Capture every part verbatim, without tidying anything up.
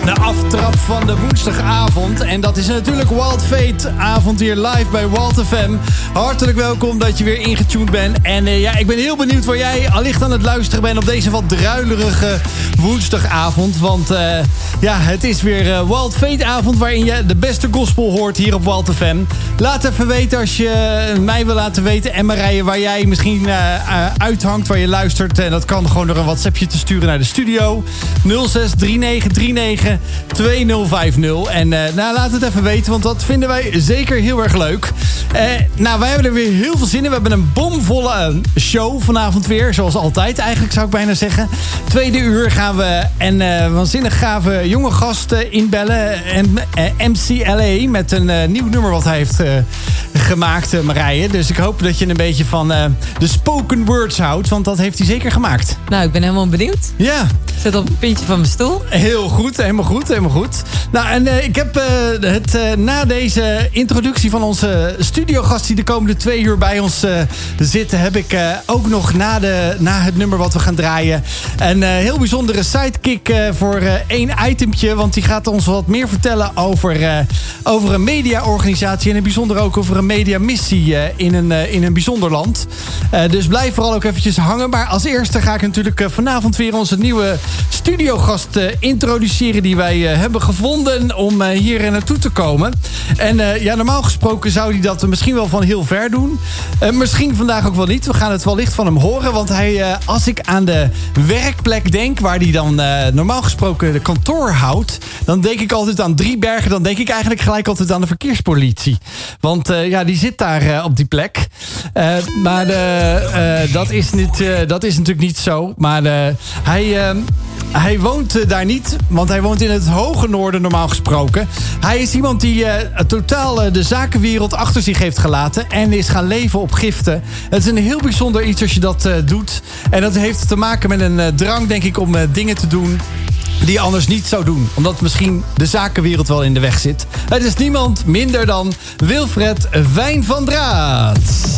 De aftrap van de woensdagavond. En dat is natuurlijk Wild Fate avond hier live bij Wild F M. Hartelijk welkom dat je weer ingetuned bent. En uh, ja, ik ben heel benieuwd waar jij allicht aan het luisteren bent op deze wat druilerige woensdagavond. Want uh, ja, het is weer uh, Wild Fate avond waarin je de beste gospel hoort hier op Wild F M. Laat even weten als je mij wil laten weten en Marije waar jij misschien uh, uh, uithangt, waar je luistert. En dat kan gewoon door een WhatsAppje te sturen naar de studio. nul zes drie negen drie negen twee nul vijf nul. En uh, nou, laat het even weten, want dat vinden wij zeker heel erg leuk. Uh, nou, wij hebben er weer heel veel zin in. We hebben een bomvolle uh, show vanavond weer. Zoals altijd eigenlijk, zou ik bijna zeggen. Tweede uur gaan we een uh, waanzinnig gave jonge gast uh, inbellen. En, uh, M C L A met een uh, nieuw nummer wat hij heeft uh, gemaakt, uh, Marije. Dus ik hoop dat je een beetje van uh, de spoken words houdt. Want dat heeft hij zeker gemaakt. Nou, ik ben helemaal benieuwd. Ja. Ik zit op het puntje van mijn stoel. Heel goed, helemaal goed, helemaal goed. Nou, en uh, ik heb uh, het uh, na deze introductie van onze studiogast die de komende twee uur bij ons uh, zitten, heb ik uh, ook nog na, de, na het nummer wat we gaan draaien een uh, heel bijzondere sidekick uh, voor uh, één itempje. Want die gaat ons wat meer vertellen over, uh, over een mediaorganisatie en in het bijzonder ook over een mediamissie uh, in, een, uh, in een bijzonder land. Uh, dus blijf vooral ook eventjes hangen. Maar als eerste ga ik natuurlijk uh, vanavond weer onze nieuwe studiogast uh, introduceren die wij uh, hebben gevonden om uh, hier naartoe te komen. En uh, ja, normaal gesproken zou hij dat misschien wel van heel ver doen. Uh, misschien vandaag ook wel niet. We gaan het wellicht van hem horen. Want hij, uh, als ik aan de werkplek denk, waar hij dan uh, normaal gesproken de kantoor houdt, dan denk ik altijd aan Driebergen. Dan denk ik eigenlijk gelijk altijd aan de verkeerspolitie. Want uh, ja, die zit daar uh, op die plek. Uh, maar uh, uh, dat, is niet, uh, dat is natuurlijk niet zo. Maar uh, hij... Uh, Hij woont uh, daar niet, want hij woont in het hoge noorden normaal gesproken. Hij is iemand die uh, totaal uh, de zakenwereld achter zich heeft gelaten en is gaan leven op giften. Het is een heel bijzonder iets als je dat uh, doet. En dat heeft te maken met een uh, drang, denk ik, om uh, dingen te doen die je anders niet zou doen. Omdat misschien de zakenwereld wel in de weg zit. Het is niemand minder dan Wilfred Wijn van Draat.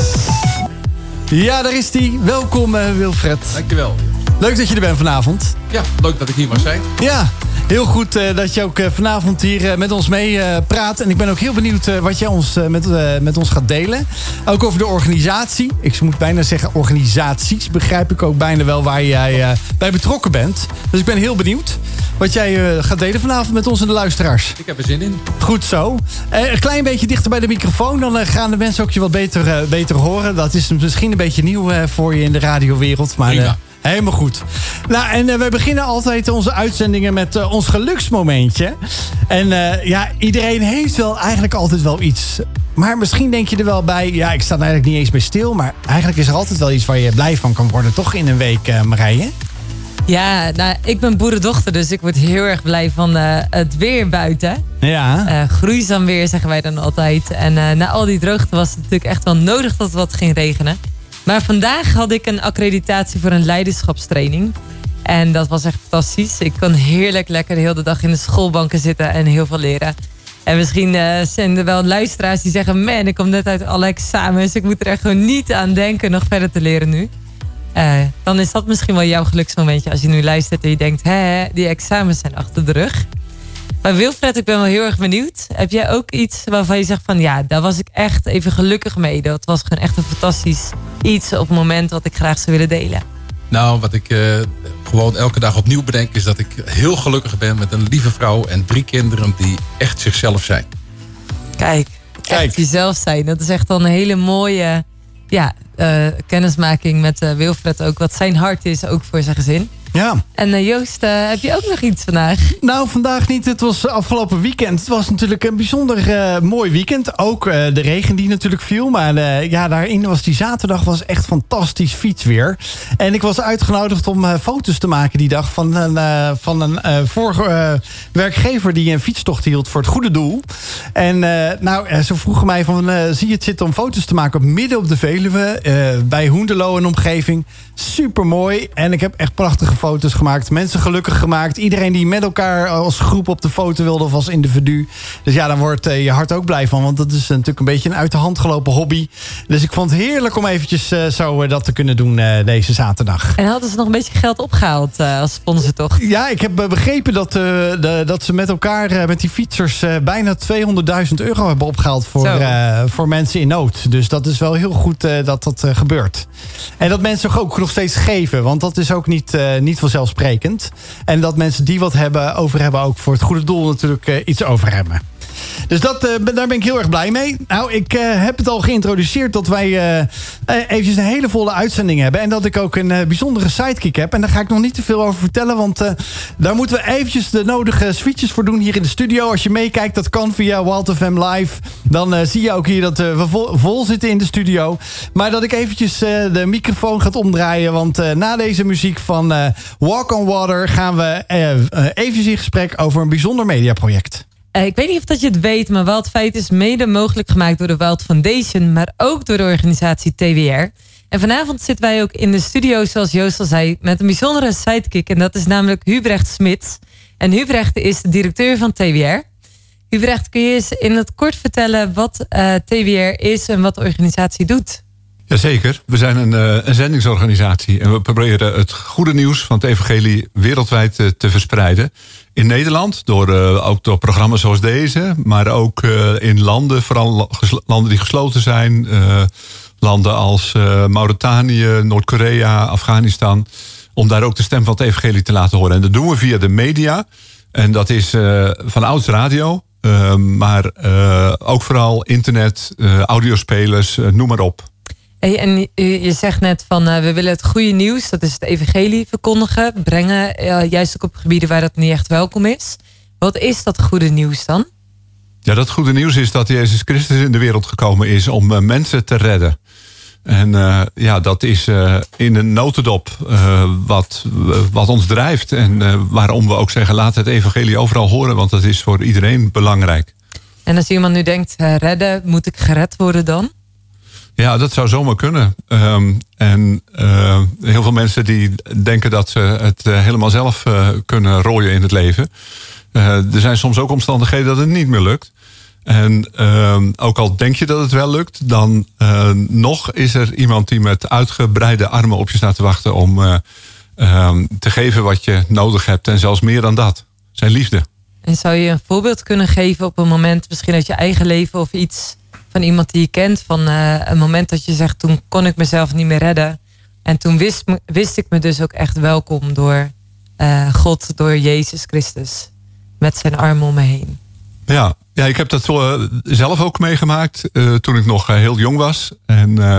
Ja, daar is hij. Welkom uh, Wilfred. Dankjewel. Leuk dat je er bent vanavond. Ja, leuk dat ik hier mag zijn. Ja, heel goed uh, dat je ook uh, vanavond hier uh, met ons mee uh, praat. En ik ben ook heel benieuwd uh, wat jij ons, uh, met, uh, met ons gaat delen. Ook over de organisatie. Ik moet bijna zeggen organisaties. Begrijp ik ook bijna wel waar jij uh, bij betrokken bent. Dus ik ben heel benieuwd wat jij uh, gaat delen vanavond met ons en de luisteraars. Ik heb er zin in. Goed zo. Uh, een klein beetje dichter bij de microfoon. Dan uh, gaan de mensen ook je wat beter, uh, beter horen. Dat is misschien een beetje nieuw uh, voor je in de radiowereld. Maar uh, helemaal goed. Nou, en uh, we beginnen altijd onze uitzendingen met uh, ons geluksmomentje. En uh, ja, iedereen heeft wel eigenlijk altijd wel iets. Maar misschien denk je er wel bij, ja, ik sta er eigenlijk niet eens bij stil. Maar eigenlijk is er altijd wel iets waar je blij van kan worden, toch in een week, uh, Marije? Ja, nou, ik ben boerendochter, dus ik word heel erg blij van uh, het weer buiten. Ja. Uh, groeizaam weer, zeggen wij dan altijd. En uh, na al die droogte was het natuurlijk echt wel nodig dat het wat ging regenen. Maar vandaag had ik een accreditatie voor een leiderschapstraining. En dat was echt fantastisch. Ik kon heerlijk lekker de hele dag in de schoolbanken zitten en heel veel leren. En misschien uh, zijn er wel luisteraars die zeggen, man, ik kom net uit alle examens. Ik moet er echt gewoon niet aan denken nog verder te leren nu. Uh, dan is dat misschien wel jouw geluksmomentje als je nu luistert en je denkt, hè, die examens zijn achter de rug. Maar Wilfred, ik ben wel heel erg benieuwd. Heb jij ook iets waarvan je zegt van, ja, daar was ik echt even gelukkig mee. Dat was gewoon echt een fantastisch iets op het moment wat ik graag zou willen delen. Nou, wat ik uh, gewoon elke dag opnieuw bedenk is dat ik heel gelukkig ben met een lieve vrouw en drie kinderen die echt zichzelf zijn. Kijk, Kijk. echt jezelf zijn. Dat is echt al een hele mooie ja, uh, kennismaking met uh, Wilfred ook. Wat zijn hart is, ook voor zijn gezin. Ja. En uh, Joost, uh, heb je ook nog iets vandaag? Nou, vandaag niet. Het was afgelopen weekend. Het was natuurlijk een bijzonder uh, mooi weekend. Ook uh, de regen die natuurlijk viel. Maar uh, ja, daarin was die zaterdag was echt fantastisch fietsweer. En ik was uitgenodigd om uh, foto's te maken die dag van een, uh, van een uh, vorige uh, werkgever die een fietstocht hield voor het goede doel. En uh, nou, uh, ze vroegen mij van, uh, zie je het zitten om foto's te maken op midden op de Veluwe, uh, bij Hoenderloo en omgeving. Super mooi. En ik heb echt prachtige foto's gemaakt. Mensen gelukkig gemaakt. Iedereen die met elkaar als groep op de foto wilde of als individu. Dus ja, dan wordt uh, je hart ook blij van. Want dat is natuurlijk een beetje een uit de hand gelopen hobby. Dus ik vond het heerlijk om eventjes uh, zo uh, dat te kunnen doen uh, deze zaterdag. En hadden ze nog een beetje geld opgehaald uh, als sponsor toch? Ja, ik heb uh, begrepen dat, uh, de, dat ze met elkaar, uh, met die fietsers... Uh, bijna tweehonderdduizend euro hebben opgehaald voor, uh, voor mensen in nood. Dus dat is wel heel goed uh, dat dat uh, gebeurt. En dat mensen ook nog steeds geven. Want dat is ook niet, uh, niet vanzelfsprekend. En dat mensen die wat hebben, over hebben... ook voor het goede doel natuurlijk uh, iets over hebben. Dus dat, uh, daar ben ik heel erg blij mee. Nou, ik uh, heb het al geïntroduceerd dat wij uh, uh, eventjes een hele volle uitzending hebben. En dat ik ook een uh, bijzondere sidekick heb. En daar ga ik nog niet te veel over vertellen. Want uh, daar moeten we eventjes de nodige switches voor doen hier in de studio. Als je meekijkt, dat kan via Wild F M Live. Dan uh, zie je ook hier dat uh, we vol, vol zitten in de studio. Maar dat ik eventjes uh, de microfoon ga omdraaien. Want uh, na deze muziek van uh, Walk on Water gaan we uh, uh, eventjes in gesprek over een bijzonder mediaproject. Uh, ik weet niet of dat je het weet, maar Wild Feit is mede mogelijk gemaakt door de Wild Foundation, maar ook door de organisatie T W R. En vanavond zitten wij ook in de studio, zoals Joost al zei, met een bijzondere sidekick. En dat is namelijk Hubrecht Smits. En Hubrecht is de directeur van T W R. Hubrecht, kun je eens in het kort vertellen wat uh, T W R is en wat de organisatie doet? Jazeker, we zijn een, uh, een zendingsorganisatie en we proberen het goede nieuws van het evangelie wereldwijd uh, te verspreiden. In Nederland, door, uh, ook door programma's zoals deze, maar ook uh, in landen, vooral landen die gesloten zijn. Uh, landen als uh, Mauritanië, Noord-Korea, Afghanistan. Om daar ook de stem van het evangelie te laten horen. En dat doen we via de media. En dat is uh, van ouds radio. Uh, maar uh, ook vooral internet, uh, audiospelers, uh, noem maar op. Hey, en je zegt net van uh, we willen het goede nieuws, dat is het evangelie verkondigen, brengen, uh, juist ook op gebieden waar dat niet echt welkom is. Wat is dat goede nieuws dan? Ja, dat goede nieuws is dat Jezus Christus in de wereld gekomen is om uh, mensen te redden. En uh, ja, dat is uh, in een notendop uh, wat, uh, wat ons drijft. En uh, waarom we ook zeggen, laat het evangelie overal horen, want dat is voor iedereen belangrijk. En als iemand nu denkt, uh, redden, moet ik gered worden dan? Ja, dat zou zomaar kunnen. Um, en uh, heel veel mensen die denken dat ze het uh, helemaal zelf uh, kunnen rooien in het leven. Uh, er zijn soms ook omstandigheden dat het niet meer lukt. En uh, ook al denk je dat het wel lukt, dan uh, nog is er iemand die met uitgebreide armen op je staat te wachten om uh, uh, te geven wat je nodig hebt. En zelfs meer dan dat. Zijn liefde. En zou je een voorbeeld kunnen geven op een moment, misschien uit je eigen leven of iets van iemand die je kent, van uh, een moment dat je zegt, toen kon ik mezelf niet meer redden. En toen wist, wist ik me dus ook echt welkom door uh, God, door Jezus Christus. Met zijn armen om me heen. Ja, ja ik heb dat uh, zelf ook meegemaakt uh, toen ik nog uh, heel jong was. En uh,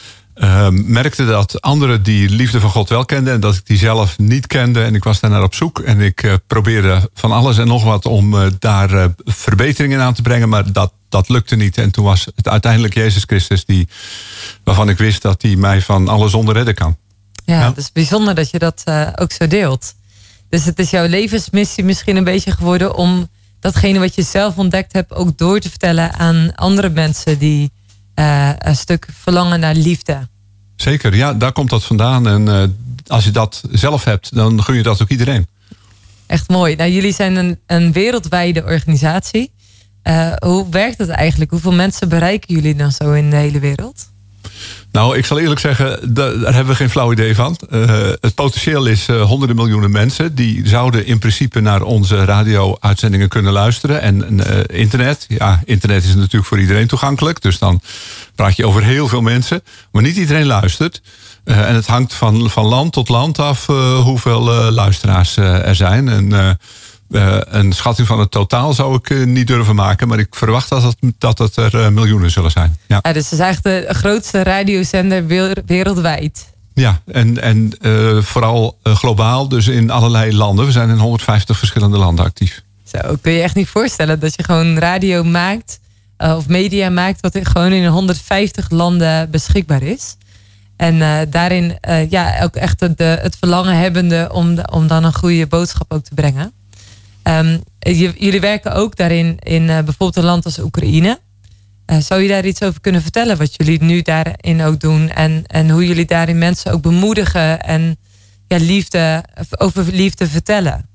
uh, merkte dat anderen die liefde van God wel kenden en dat ik die zelf niet kende. En ik was daar naar op zoek. En ik uh, probeerde van alles en nog wat om uh, daar uh, verbeteringen aan te brengen. Maar dat Dat lukte niet. En toen was het uiteindelijk Jezus Christus die, waarvan ik wist dat hij mij van alle zonde redden kan. Ja, ja, het is bijzonder dat je dat uh, ook zo deelt. Dus het is jouw levensmissie misschien een beetje geworden om datgene wat je zelf ontdekt hebt ook door te vertellen aan andere mensen die uh, een stuk verlangen naar liefde. Zeker, ja, daar komt dat vandaan. En uh, als je dat zelf hebt, dan gun je dat ook iedereen. Echt mooi. Nou, jullie zijn een, een wereldwijde organisatie. Uh, hoe werkt het eigenlijk? Hoeveel mensen bereiken jullie dan zo in de hele wereld? Nou, ik zal eerlijk zeggen, daar hebben we geen flauw idee van. Uh, het potentieel is uh, honderden miljoenen mensen. Die zouden in principe naar onze radio-uitzendingen kunnen luisteren. En uh, internet, ja, internet is natuurlijk voor iedereen toegankelijk. Dus dan praat je over heel veel mensen. Maar niet iedereen luistert. Uh, en het hangt van, van land tot land af uh, hoeveel uh, luisteraars uh, er zijn. En Uh, Uh, een schatting van het totaal zou ik uh, niet durven maken. Maar ik verwacht dat het, dat het er uh, miljoenen zullen zijn. Ja. Ja, dus het is eigenlijk de grootste radiozender wereldwijd. Ja, en, en uh, vooral uh, globaal. Dus in allerlei landen. We zijn in honderdvijftig verschillende landen actief. Zo, kun je echt niet voorstellen dat je gewoon radio maakt. Uh, of media maakt. Wat gewoon in honderdvijftig landen beschikbaar is. En uh, daarin uh, ja, ook echt de, het verlangen hebbende om, de, om dan een goede boodschap ook te brengen. Um, j- jullie werken ook daarin in uh, bijvoorbeeld een land als Oekraïne. Uh, zou je daar iets over kunnen vertellen? Wat jullie nu daarin ook doen. En, en hoe jullie daarin mensen ook bemoedigen. En ja, liefde, over liefde vertellen.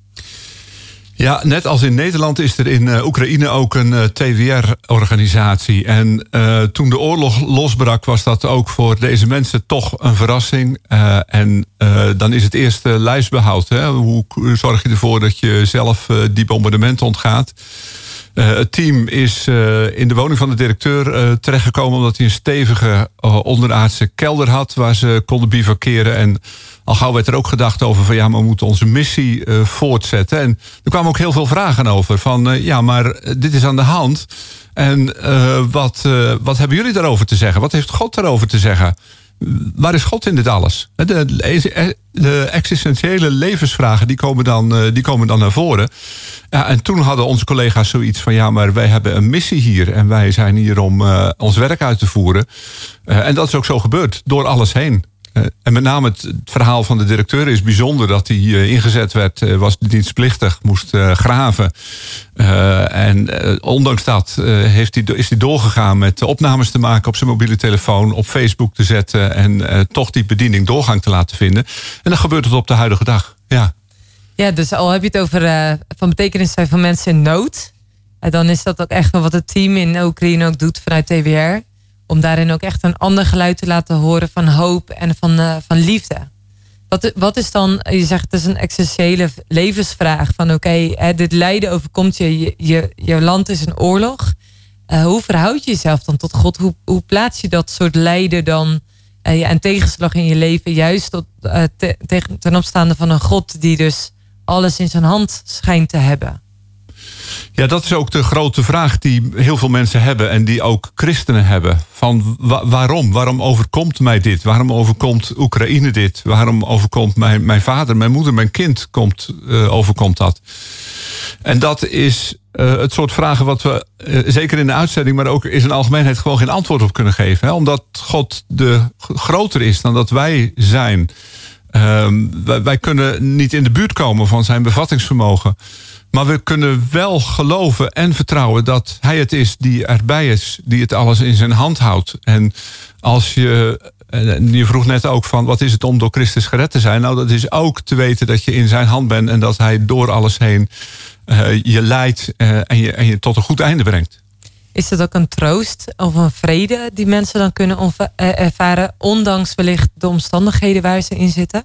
Ja, net als in Nederland is er in uh, Oekraïne ook een uh, T W R-organisatie. En uh, toen de oorlog losbrak was dat ook voor deze mensen toch een verrassing. Uh, en uh, dan is het eerste lijfsbehoud. Hè? Hoe zorg je ervoor dat je zelf uh, die bombardementen ontgaat? Uh, het team is uh, in de woning van de directeur uh, terechtgekomen omdat hij een stevige uh, onderaardse kelder had waar ze konden bivakeren. En al gauw werd er ook gedacht over van ja, maar we moeten onze missie uh, voortzetten. En er kwamen ook heel veel vragen over van uh, ja, maar dit is aan de hand. En uh, wat, uh, wat hebben jullie daarover te zeggen? Wat heeft God daarover te zeggen? Waar is God in dit alles? De, de existentiële levensvragen die komen, dan, die komen dan naar voren. Ja, en toen hadden onze collega's zoiets van ja, maar wij hebben een missie hier. En wij zijn hier om uh, ons werk uit te voeren. Uh, en dat is ook zo gebeurd, door alles heen. Uh, en met name het, het verhaal van de directeur is bijzonder dat hij uh, ingezet werd, uh, was dienstplichtig, moest uh, graven. Uh, en uh, ondanks dat uh, heeft hij, is hij doorgegaan met opnames te maken op zijn mobiele telefoon, op Facebook te zetten en uh, toch die bediening doorgang te laten vinden. En dat gebeurt tot op de huidige dag. Ja, ja dus al heb je het over uh, van betekenis zijn van mensen in nood. Uh, dan is dat ook echt wel wat het team in Oekraïne ook doet vanuit T W R. Om daarin ook echt een ander geluid te laten horen van hoop en van, uh, van liefde. Wat, wat is dan, je zegt het is een essentiële levensvraag. Van oké, okay, dit lijden overkomt je, je, je, je land is een oorlog. Uh, hoe verhoud je jezelf dan tot God? Hoe, hoe plaats je dat soort lijden dan uh, ja, en tegenslag in je leven juist tot, uh, te, tegen, ten opstaande van een God die dus alles in zijn hand schijnt te hebben? Ja, dat is ook de grote vraag die heel veel mensen hebben en die ook christenen hebben. Van wa- waarom? Waarom overkomt mij dit? Waarom overkomt Oekraïne dit? Waarom overkomt mijn, mijn vader, mijn moeder, mijn kind komt, uh, overkomt dat? En dat is uh, het soort vragen wat we, uh, zeker in de uitzending, maar ook in zijn algemeenheid gewoon geen antwoord op kunnen geven. Hè? Omdat God de groter is dan dat wij zijn. Uh, wij, wij kunnen niet in de buurt komen van zijn bevattingsvermogen. Maar we kunnen wel geloven en vertrouwen dat hij het is die erbij is, die het alles in zijn hand houdt. En als je, je vroeg net ook van wat is het om door Christus gered te zijn? Nou, dat is ook te weten dat je in zijn hand bent en dat hij door alles heen uh, je leidt uh, en, je, en je tot een goed einde brengt. Is dat ook een troost of een vrede die mensen dan kunnen onva- ervaren, ondanks wellicht de omstandigheden waar ze in zitten?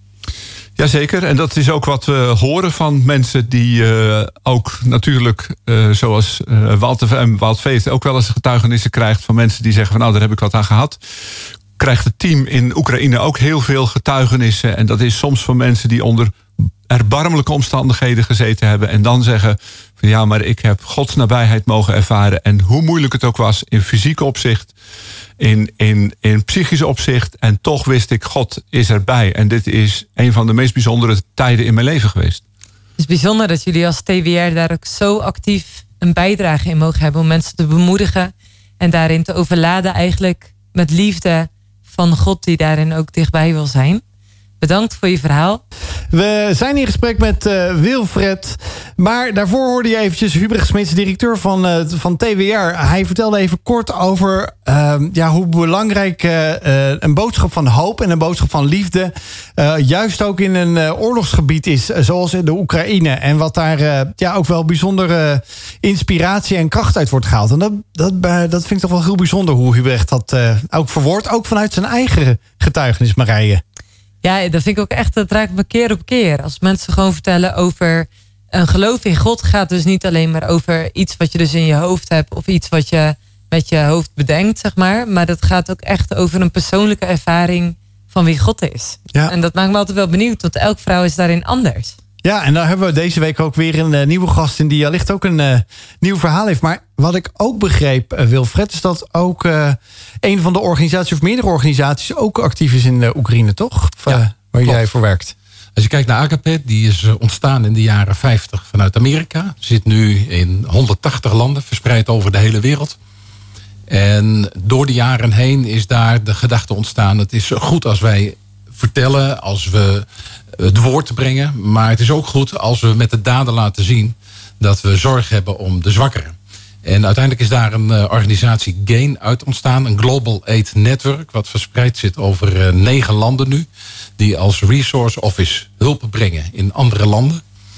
Jazeker, en dat is ook wat we horen van mensen die uh, ook natuurlijk, uh, zoals uh, Walter en Walt Veet ook wel eens getuigenissen krijgt van mensen die zeggen van nou, daar heb ik wat aan gehad. Krijgt het team in Oekraïne ook heel veel getuigenissen. En dat is soms van mensen die onder erbarmelijke omstandigheden gezeten hebben. En dan zeggen van ja, maar ik heb Gods nabijheid mogen ervaren. En hoe moeilijk het ook was in fysiek opzicht, in, in, in psychisch opzicht. En toch wist ik, God is erbij. En dit is een van de meest bijzondere tijden in mijn leven geweest. Het is bijzonder dat jullie als T W R daar ook zo actief een bijdrage in mogen hebben. Om mensen te bemoedigen en daarin te overladen eigenlijk met liefde van God die daarin ook dichtbij wil zijn. Bedankt voor je verhaal. We zijn in gesprek met uh, Wilfred. Maar daarvoor hoorde je eventjes Hubert Smits, directeur van, uh, van T W R. Hij vertelde even kort over uh, ja, hoe belangrijk uh, uh, een boodschap van hoop en een boodschap van liefde uh, juist ook in een uh, oorlogsgebied is, uh, zoals in de Oekraïne. En wat daar uh, ja, ook wel bijzondere inspiratie en kracht uit wordt gehaald. En dat, dat, uh, dat vind ik toch wel heel bijzonder hoe Hubert dat uh, ook verwoordt. Ook vanuit zijn eigen getuigenis, Marije. Ja, dat vind ik ook echt, dat raakt me keer op keer. Als mensen gewoon vertellen over een geloof in God, gaat dus niet alleen maar over iets wat je dus in je hoofd hebt of iets wat je met je hoofd bedenkt, zeg maar. Maar dat gaat ook echt over een persoonlijke ervaring van wie God is. Ja. En dat maakt me altijd wel benieuwd, want elke vrouw is daarin anders. Ja, en daar hebben we deze week ook weer een uh, nieuwe gast in die allicht ook een uh, nieuw verhaal heeft. Maar wat ik ook begreep, uh, Wilfred, is dat ook uh, een van de organisaties of meerdere organisaties ook actief is in de Oekraïne, toch? Of, uh, Ja, waar klopt. jij voor werkt. Als je kijkt naar Agape, die is ontstaan in de jaren vijftig vanuit Amerika. Zit nu in honderdtachtig landen, verspreid over de hele wereld. En door de jaren heen is daar de gedachte ontstaan. Het is goed als wij vertellen, als we het woord brengen. Maar het is ook goed als we met de daden laten zien dat we zorg hebben om de zwakkeren. En uiteindelijk is daar een uh, organisatie GAIN uit ontstaan. Een Global Aid Network, wat verspreid zit over uh, negen landen nu. die als resource office hulp brengen in andere landen.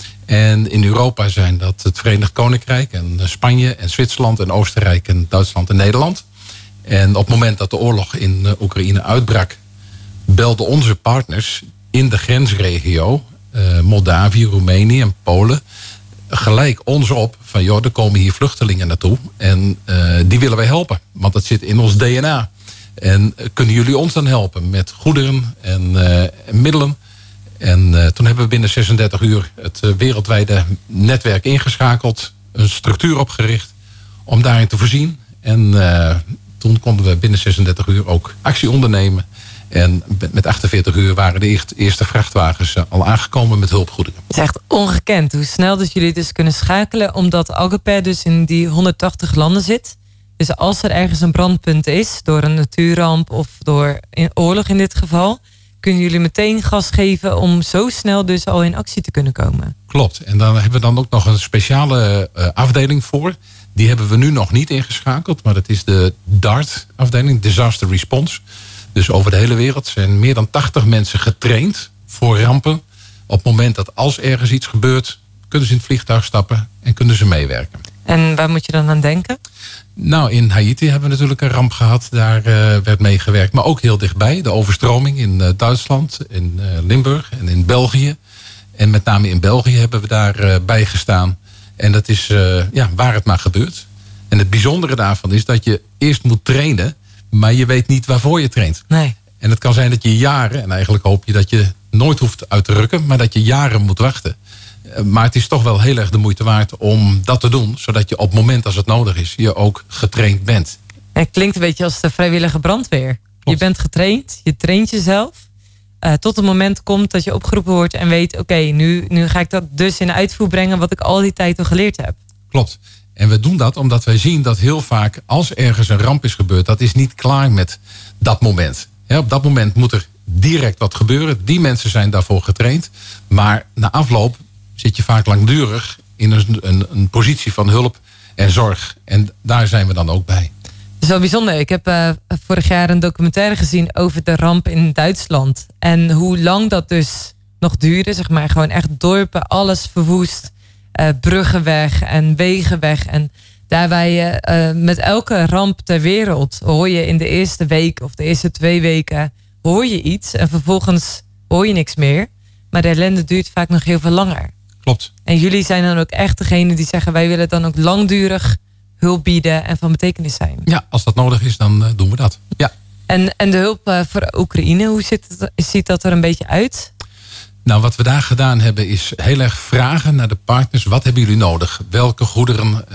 En in Europa zijn dat het Verenigd Koninkrijk en Spanje en Zwitserland en Oostenrijk en Duitsland en Nederland. En op het moment dat de oorlog in Oekraïne uitbrak, belden onze partners in de grensregio, uh, Moldavië, Roemenië en Polen, gelijk ons op van joh, er komen hier vluchtelingen naartoe en uh, die willen wij helpen, want dat zit in ons D N A. En uh, kunnen jullie ons dan helpen met goederen en uh, middelen? En uh, toen hebben we binnen zesendertig uur het uh, wereldwijde netwerk ingeschakeld, een structuur opgericht om daarin te voorzien. En uh, toen konden we binnen zesendertig uur ook actie ondernemen. En met achtenveertig uur waren de eerste vrachtwagens al aangekomen met hulpgoederen. Het is echt ongekend hoe snel dus jullie dus kunnen schakelen, omdat Agaper dus in die honderdtachtig landen zit. Dus als er ergens een brandpunt is, door een natuurramp of door een oorlog in dit geval, kunnen jullie meteen gas geven om zo snel dus al in actie te kunnen komen. Klopt. En dan hebben we dan ook nog een speciale uh, afdeling voor. Die hebben we nu nog niet ingeschakeld, maar dat is de DART-afdeling, Disaster Response. Dus over de hele wereld zijn meer dan tachtig mensen getraind voor rampen. Op het moment dat als ergens iets gebeurt, kunnen ze in het vliegtuig stappen en kunnen ze meewerken. En waar moet je dan aan denken? Nou, in Haiti hebben we natuurlijk een ramp gehad. Daar uh, werd meegewerkt. Maar ook heel dichtbij. De overstroming in uh, Duitsland, in uh, Limburg en in België. En met name in België hebben we daar uh, bij gestaan. En dat is uh, ja, waar het maar gebeurt. En het bijzondere daarvan is dat je eerst moet trainen, maar je weet niet waarvoor je traint. Nee. En het kan zijn dat je jaren, en eigenlijk hoop je dat je nooit hoeft uit te rukken, maar dat je jaren moet wachten. Maar het is toch wel heel erg de moeite waard om dat te doen, zodat je op het moment als het nodig is, je ook getraind bent. Het klinkt een beetje als de vrijwillige brandweer. Klopt. Je bent getraind, je traint jezelf. Uh, tot het moment komt dat je opgeroepen wordt en weet, oké, okay, nu, nu ga ik dat dus in uitvoer brengen wat ik al die tijd al geleerd heb. Klopt. En we doen dat omdat wij zien dat heel vaak, als ergens een ramp is gebeurd, dat is niet klaar met dat moment. He, op dat moment moet er direct wat gebeuren. Die mensen zijn daarvoor getraind. Maar na afloop zit je vaak langdurig in een, een, een positie van hulp en zorg. En daar zijn we dan ook bij. Het is wel bijzonder. Ik heb uh, vorig jaar een documentaire gezien over de ramp in Duitsland. En hoe lang dat dus nog duurde. Zeg maar gewoon echt dorpen, alles verwoest. Uh, bruggen weg en wegen weg. En daarbij uh, met elke ramp ter wereld hoor je in de eerste week of de eerste twee weken hoor je iets. En vervolgens hoor je niks meer. Maar de ellende duurt vaak nog heel veel langer. Klopt. En jullie zijn dan ook echt degene die zeggen, wij willen dan ook langdurig hulp bieden en van betekenis zijn. Ja, als dat nodig is, dan uh, doen we dat. Ja. En, en de hulp uh, voor Oekraïne, hoe ziet, het, ziet dat er een beetje uit? Nou, wat we daar gedaan hebben is heel erg vragen naar de partners. Wat hebben jullie nodig? Welke goederen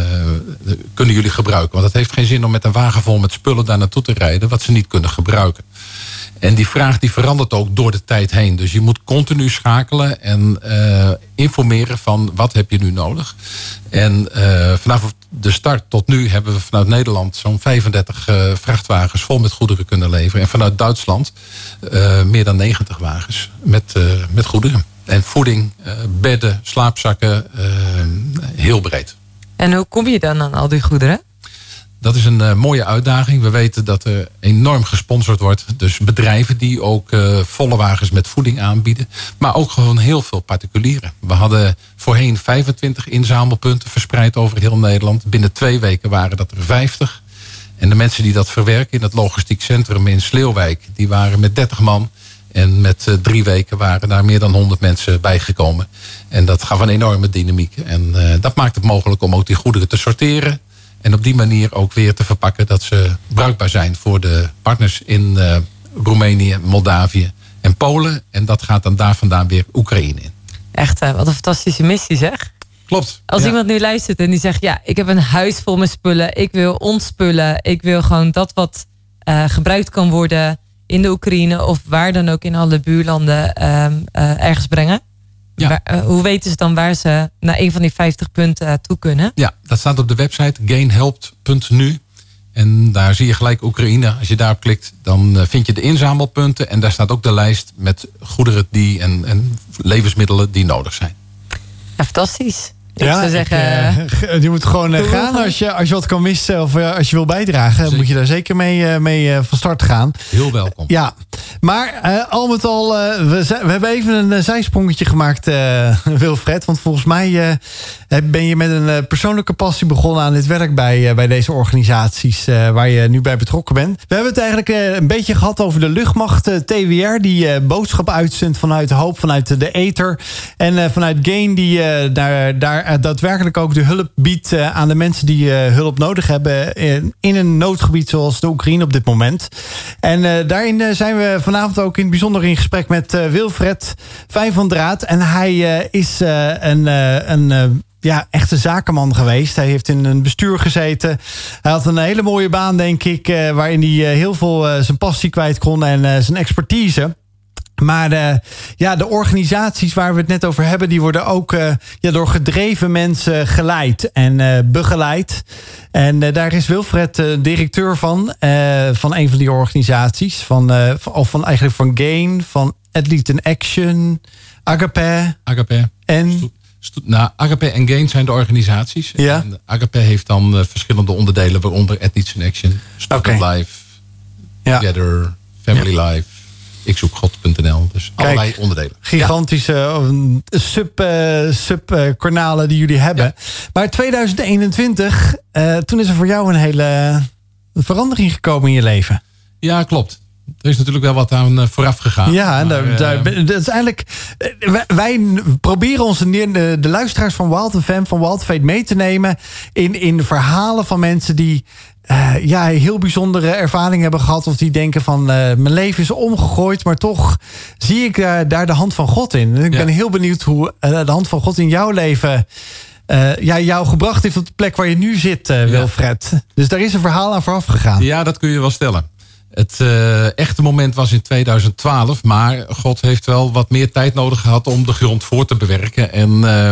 uh, kunnen jullie gebruiken? Want het heeft geen zin om met een wagen vol met spullen daar naartoe te rijden, wat ze niet kunnen gebruiken. En die vraag die verandert ook door de tijd heen. Dus je moet continu schakelen en uh, informeren van wat heb je nu nodig. En uh, vanaf de start tot nu hebben we vanuit Nederland zo'n vijfendertig uh, vrachtwagens vol met goederen kunnen leveren. En vanuit Duitsland uh, meer dan negentig wagens met, uh, met goederen. En voeding, uh, bedden, slaapzakken, uh, heel breed. En hoe kom je dan aan al die goederen? Dat is een uh, mooie uitdaging. We weten dat er enorm gesponsord wordt. Dus bedrijven die ook uh, volle wagens met voeding aanbieden. Maar ook gewoon heel veel particulieren. We hadden voorheen vijfentwintig inzamelpunten verspreid over heel Nederland. Binnen twee weken waren dat er vijftig. En de mensen die dat verwerken in het logistiek centrum in Sleeuwwijk, die waren met dertig man. En met uh, drie weken waren daar meer dan honderd mensen bijgekomen. En dat gaf een enorme dynamiek. En uh, dat maakt het mogelijk om ook die goederen te sorteren. En op die manier ook weer te verpakken dat ze bruikbaar zijn voor de partners in uh, Roemenië, Moldavië en Polen. En dat gaat dan daar vandaan weer Oekraïne in. Echt, uh, wat een fantastische missie zeg. Klopt. Als ja. iemand nu luistert en die zegt, ja, ik heb een huis vol met spullen. Ik wil ontspullen. Ik wil gewoon dat wat uh, gebruikt kan worden in de Oekraïne of waar dan ook in alle buurlanden uh, uh, ergens brengen. Ja. Waar, uh, hoe weten ze dan waar ze naar een van die vijftig punten uh, toe kunnen? Ja, dat staat op de website gain helpt punt nu. En daar zie je gelijk Oekraïne. Als je daarop klikt, dan uh, vind je de inzamelpunten. En daar staat ook de lijst met goederen die en, en levensmiddelen die nodig zijn. Ja, fantastisch. Ik ja, zou zeggen... Ik, uh, je moet gewoon uh, gaan als je, als je wat kan missen of uh, als je wil bijdragen. Zeker. Moet je daar zeker mee, uh, mee uh, van start gaan. Heel welkom. Ja, maar uh, al met al, uh, we, we hebben even een uh, zijsprongetje gemaakt, uh, Wilfred. Want volgens mij uh, ben je met een uh, persoonlijke passie begonnen aan dit werk bij, uh, bij deze organisaties uh, waar je nu bij betrokken bent. We hebben het eigenlijk uh, een beetje gehad over de luchtmacht uh, T W R, die uh, boodschap uitzendt vanuit de hoop, vanuit de ether. En uh, vanuit Gain, die uh, daar, daar uh, daadwerkelijk ook de hulp biedt uh, aan de mensen die uh, hulp nodig hebben in, in een noodgebied zoals de Oekraïne op dit moment. En uh, daarin uh, zijn we vanavond ook in het bijzonder in gesprek met uh, Wilfred Fijn van Draat. En hij uh, is uh, een, uh, een uh, ja, echte zakenman geweest. Hij heeft in een bestuur gezeten. Hij had een hele mooie baan, denk ik, uh, waarin hij uh, heel veel uh, zijn passie kwijt kon en uh, zijn expertise. Maar de, ja, de organisaties waar we het net over hebben, die worden ook uh, ja, door gedreven mensen geleid en uh, begeleid. En uh, daar is Wilfred uh, directeur van, uh, van een van die organisaties. Van, uh, of van eigenlijk van Gain, van Athlete in Action, Agape. Agape. En... Nou, Agape en Gain zijn de organisaties. Ja. En Agape heeft dan uh, verschillende onderdelen, waaronder Athletes in Action, Student okay. Life, ja. Together, Family ja. Life. Ik zoek god punt n l. Dus Kijk, allerlei onderdelen. Gigantische ja. sub, uh, sub uh, kanalen die jullie hebben. Ja. Maar tweeduizend eenentwintig, uh, toen is er voor jou een hele verandering gekomen in je leven. Ja, klopt. Er is natuurlijk wel wat aan uh, vooraf gegaan. Ja, en maar, daar, daar, dat is eigenlijk. Wij, wij proberen ons de, de luisteraars van Wild F M, van Wild Fate mee te nemen in, in verhalen van mensen die Uh, ja, heel bijzondere ervaringen hebben gehad. Of die denken van, uh, mijn leven is omgegooid. Maar toch zie ik uh, daar de hand van God in. En ik ja. ben heel benieuwd hoe uh, de hand van God in jouw leven uh, ja, jou gebracht heeft op de plek waar je nu zit, uh, Wilfred. Ja. Dus daar is een verhaal aan vooraf gegaan. Ja, dat kun je wel stellen. Het uh, echte moment was in tweeduizend twaalf. Maar God heeft wel wat meer tijd nodig gehad om de grond voor te bewerken. En uh,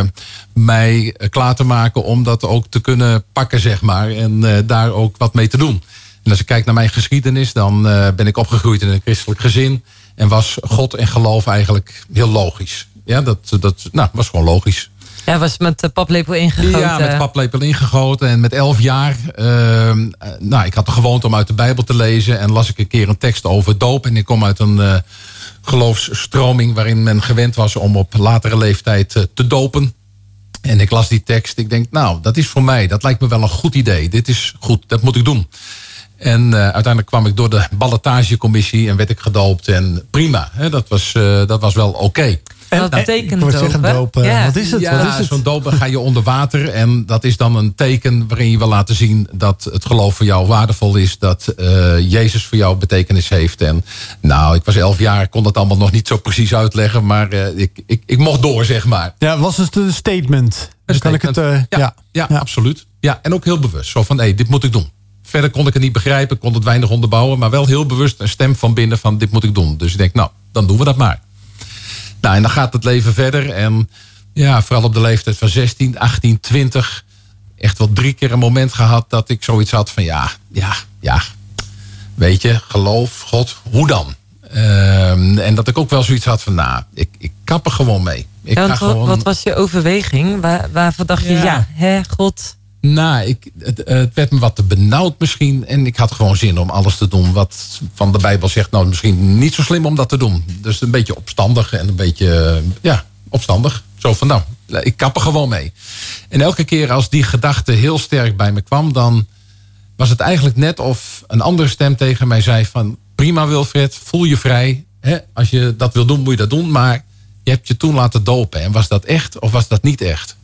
mij klaar te maken om dat ook te kunnen pakken, zeg maar. En uh, daar ook wat mee te doen. En als ik kijk naar mijn geschiedenis, dan uh, ben ik opgegroeid in een christelijk gezin. En was God en geloof eigenlijk heel logisch. Ja, dat, dat nou, was gewoon logisch. Ja, was met de paplepel ingegoten. Ja, met paplepel ingegoten. En met elf jaar, uh, nou, ik had de gewoonte om uit de Bijbel te lezen. En las ik een keer een tekst over doop. En ik kom uit een uh, geloofsstroming waarin men gewend was om op latere leeftijd uh, te dopen. En ik las die tekst. Ik denk, nou, dat is voor mij. Dat lijkt me wel een goed idee. Dit is goed, dat moet ik doen. En uh, uiteindelijk kwam ik door de ballotagecommissie en werd ik gedoopt. En prima, hè, dat, was, uh, dat was wel oké. Okay. En wat betekent dopen? dopen? Ja. Wat is het? Ja, wat is het? Zo'n dopen ga je onder water. En dat is dan een teken waarin je wil laten zien dat het geloof voor jou waardevol is. Dat uh, Jezus voor jou betekenis heeft. En nou, ik was elf jaar, ik kon dat allemaal nog niet zo precies uitleggen. Maar uh, ik, ik, ik mocht door, zeg maar. Ja, was het een statement? Een kan statement. Ik het, uh, ja, ja. Ja, ja, absoluut. Ja, en ook heel bewust. Zo van, hé, hey, dit moet ik doen. Verder kon ik het niet begrijpen, kon het weinig onderbouwen. Maar wel heel bewust een stem van binnen van, dit moet ik doen. Dus ik denk, nou, dan doen we dat maar. Nou, en dan gaat het leven verder. En ja, vooral op de leeftijd van zestien, achttien, twintig... echt wel drie keer een moment gehad dat ik zoiets had van... ja, ja, ja, weet je, geloof, God, hoe dan? Um, en dat ik ook wel zoiets had van, nou, ik, ik kap er gewoon mee. Ik ja, ga gewoon... Wat was je overweging? Waar, waarvan dacht je, ja, ja hè, God... Nou, ik, het, het werd me wat te benauwd misschien. En ik had gewoon zin om alles te doen wat van de Bijbel zegt. Nou, misschien niet zo slim om dat te doen. Dus een beetje opstandig en een beetje, ja, opstandig. Zo van, nou, ik kap er gewoon mee. En elke keer als die gedachte heel sterk bij me kwam... dan was het eigenlijk net of een andere stem tegen mij zei van... prima Wilfred, voel je vrij. Hè? Als je dat wil doen, moet je dat doen. Maar je hebt je toen laten dopen. En was dat echt of was dat niet echt?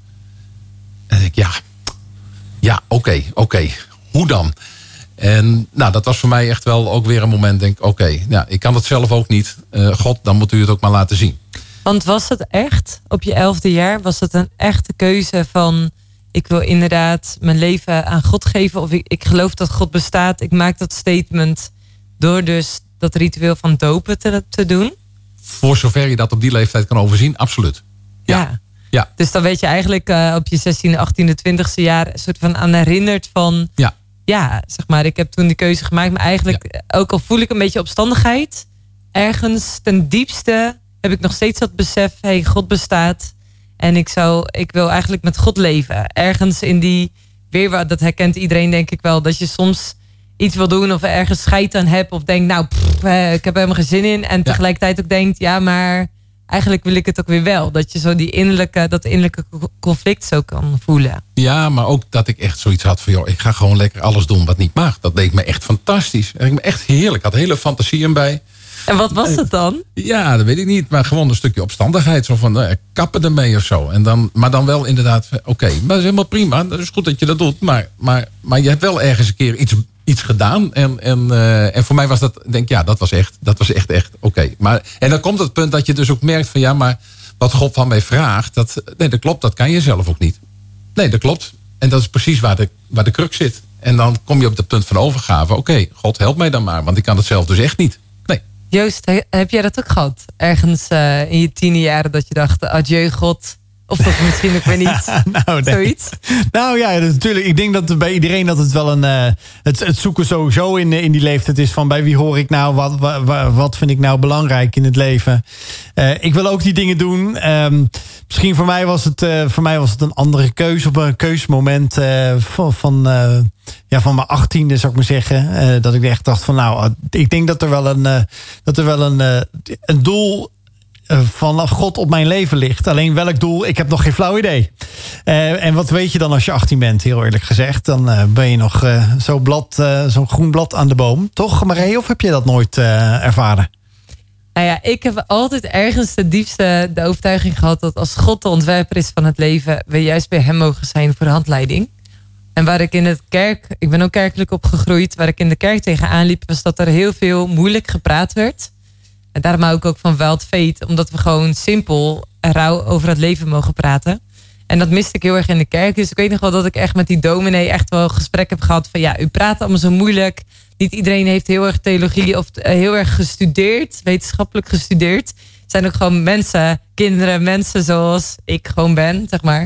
En ik, ja... Ja, oké, okay, oké. Okay. Hoe dan? En nou, dat was voor mij echt wel ook weer een moment. Denk, oké, okay, ja, ik kan het zelf ook niet. Uh, God, dan moet u het ook maar laten zien. Want was het echt, op je elfde jaar... was het een echte keuze van... ik wil inderdaad mijn leven aan God geven... of ik, ik geloof dat God bestaat. Ik maak dat statement door dus dat ritueel van dopen te, te doen? Voor zover je dat op die leeftijd kan overzien, absoluut. Ja. ja. Ja. Dus dan weet je eigenlijk uh, op je zestiende, achttiende, twintigste jaar... een soort van aan herinnerd van... Ja. ja, zeg maar, ik heb toen die keuze gemaakt... maar eigenlijk, ja. ook al voel ik een beetje opstandigheid... ergens ten diepste heb ik nog steeds dat besef... hé, hey, God bestaat. En ik, zou, ik wil eigenlijk met God leven. Ergens in die weerwaar, dat herkent iedereen denk ik wel. Dat je soms iets wil doen of ergens scheid aan hebt. Of denkt, nou, pff, eh, ik heb er helemaal geen zin in. En ja. tegelijkertijd ook denkt, ja, maar eigenlijk wil ik het ook weer wel. Dat je zo die innerlijke, dat innerlijke conflict zo kan voelen. Ja, maar ook dat ik echt zoiets had van, joh, ik ga gewoon lekker alles doen wat niet mag. Dat deed me echt fantastisch. Dat deed me echt heerlijk. Ik had hele fantasieën bij. En wat was het dan? Ja, dat weet ik niet. Maar gewoon een stukje opstandigheid. Zo van, uh, kappen ermee of zo. En dan, maar dan wel inderdaad, oké, okay, maar dat is helemaal prima. Dat is goed dat je dat doet. Maar, maar, maar je hebt wel ergens een keer iets, iets gedaan. En, en, uh, en voor mij was dat, denk ja, dat was echt, dat was echt, echt oké. Okay. Maar en dan komt het punt dat je dus ook merkt van, ja, maar wat God van mij vraagt, dat, nee, dat klopt, dat kan je zelf ook niet. Nee, dat klopt. En dat is precies waar de, waar de crux zit. En dan kom je op het punt van overgave. Oké, okay, God help mij dan maar, want ik kan het zelf dus echt niet. Joost, heb jij dat ook gehad? Ergens uh, in je tienerjaren dat je dacht, adieu God. Of toch misschien, ik weet niet, nou, nee. zoiets? Nou ja, natuurlijk. Ik denk dat bij iedereen dat het wel een... Uh, het, het zoeken sowieso in, in die leeftijd is van bij wie hoor ik nou? Wat, wat, wat vind ik nou belangrijk in het leven? Uh, ik wil ook die dingen doen. Um, misschien voor mij was het, uh, voor mij was het een andere keuze op een keuzemoment uh, van, van, uh, ja, van mijn achttiende, zou ik maar zeggen. Uh, dat ik echt dacht van nou, ik denk dat er wel een, uh, dat er wel een, uh, een doel van God op mijn leven ligt. Alleen welk doel, ik heb nog geen flauw idee. Uh, en wat weet je dan als je achttien bent, heel eerlijk gezegd? Dan uh, ben je nog uh, zo'n blad, uh, zo'n groen blad aan de boom. Toch, Marije? Of heb je dat nooit uh, ervaren? Nou ja, ik heb altijd ergens de diepste de overtuiging gehad dat als God de ontwerper is van het leven, we juist bij hem mogen zijn voor de handleiding. En waar ik in het kerk, ik ben ook kerkelijk opgegroeid, waar ik in de kerk tegenaan liep, was dat er heel veel moeilijk gepraat werd. En daarom hou ik ook van Wild Fate. Omdat we gewoon simpel en rauw over het leven mogen praten. En dat miste ik heel erg in de kerk. Dus ik weet nog wel dat ik echt met die dominee echt wel gesprek heb gehad. Van ja, u praat allemaal zo moeilijk. Niet iedereen heeft heel erg theologie of heel erg gestudeerd. Wetenschappelijk gestudeerd. Het zijn ook gewoon mensen, kinderen, mensen zoals ik gewoon ben, zeg maar.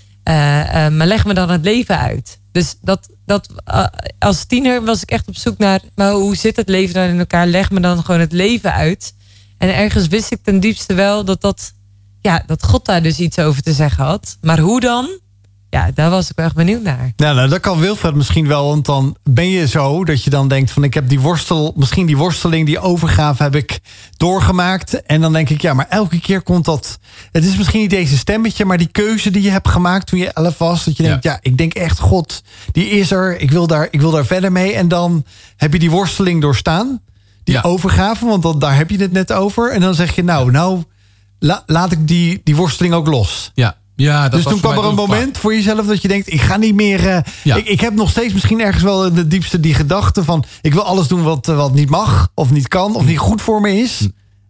Uh, uh, maar leg me dan het leven uit. Dus dat, dat, uh, als tiener was ik echt op zoek naar, maar hoe zit het leven dan in elkaar? Leg me dan gewoon het leven uit. En ergens wist ik ten diepste wel dat, dat, ja, dat God daar dus iets over te zeggen had. Maar hoe dan? Ja, daar was ik wel echt benieuwd naar. Ja, nou, dat kan Wilfred misschien wel. Want dan ben je zo dat je dan denkt van ik heb die worstel, misschien die worsteling, die overgave heb ik doorgemaakt. En dan denk ik, ja, maar elke keer komt dat. Het is misschien niet deze stemmetje, maar die keuze die je hebt gemaakt toen je elf was. Dat je denkt, ja, ja ik denk echt, God, die is er. Ik wil daar, ik wil daar verder mee. En dan heb je die worsteling doorstaan. Die ja. overgave, want dan, daar heb je het net over. En dan zeg je, nou, nou, la, laat ik die, die worsteling ook los. Ja. Ja, dat dus toen kwam er een moment klaar. voor jezelf dat je denkt, ik ga niet meer... Uh, ja. ik, ik heb nog steeds misschien ergens wel de diepste die gedachte van, ik wil alles doen wat, wat niet mag, of niet kan, of niet goed voor me is.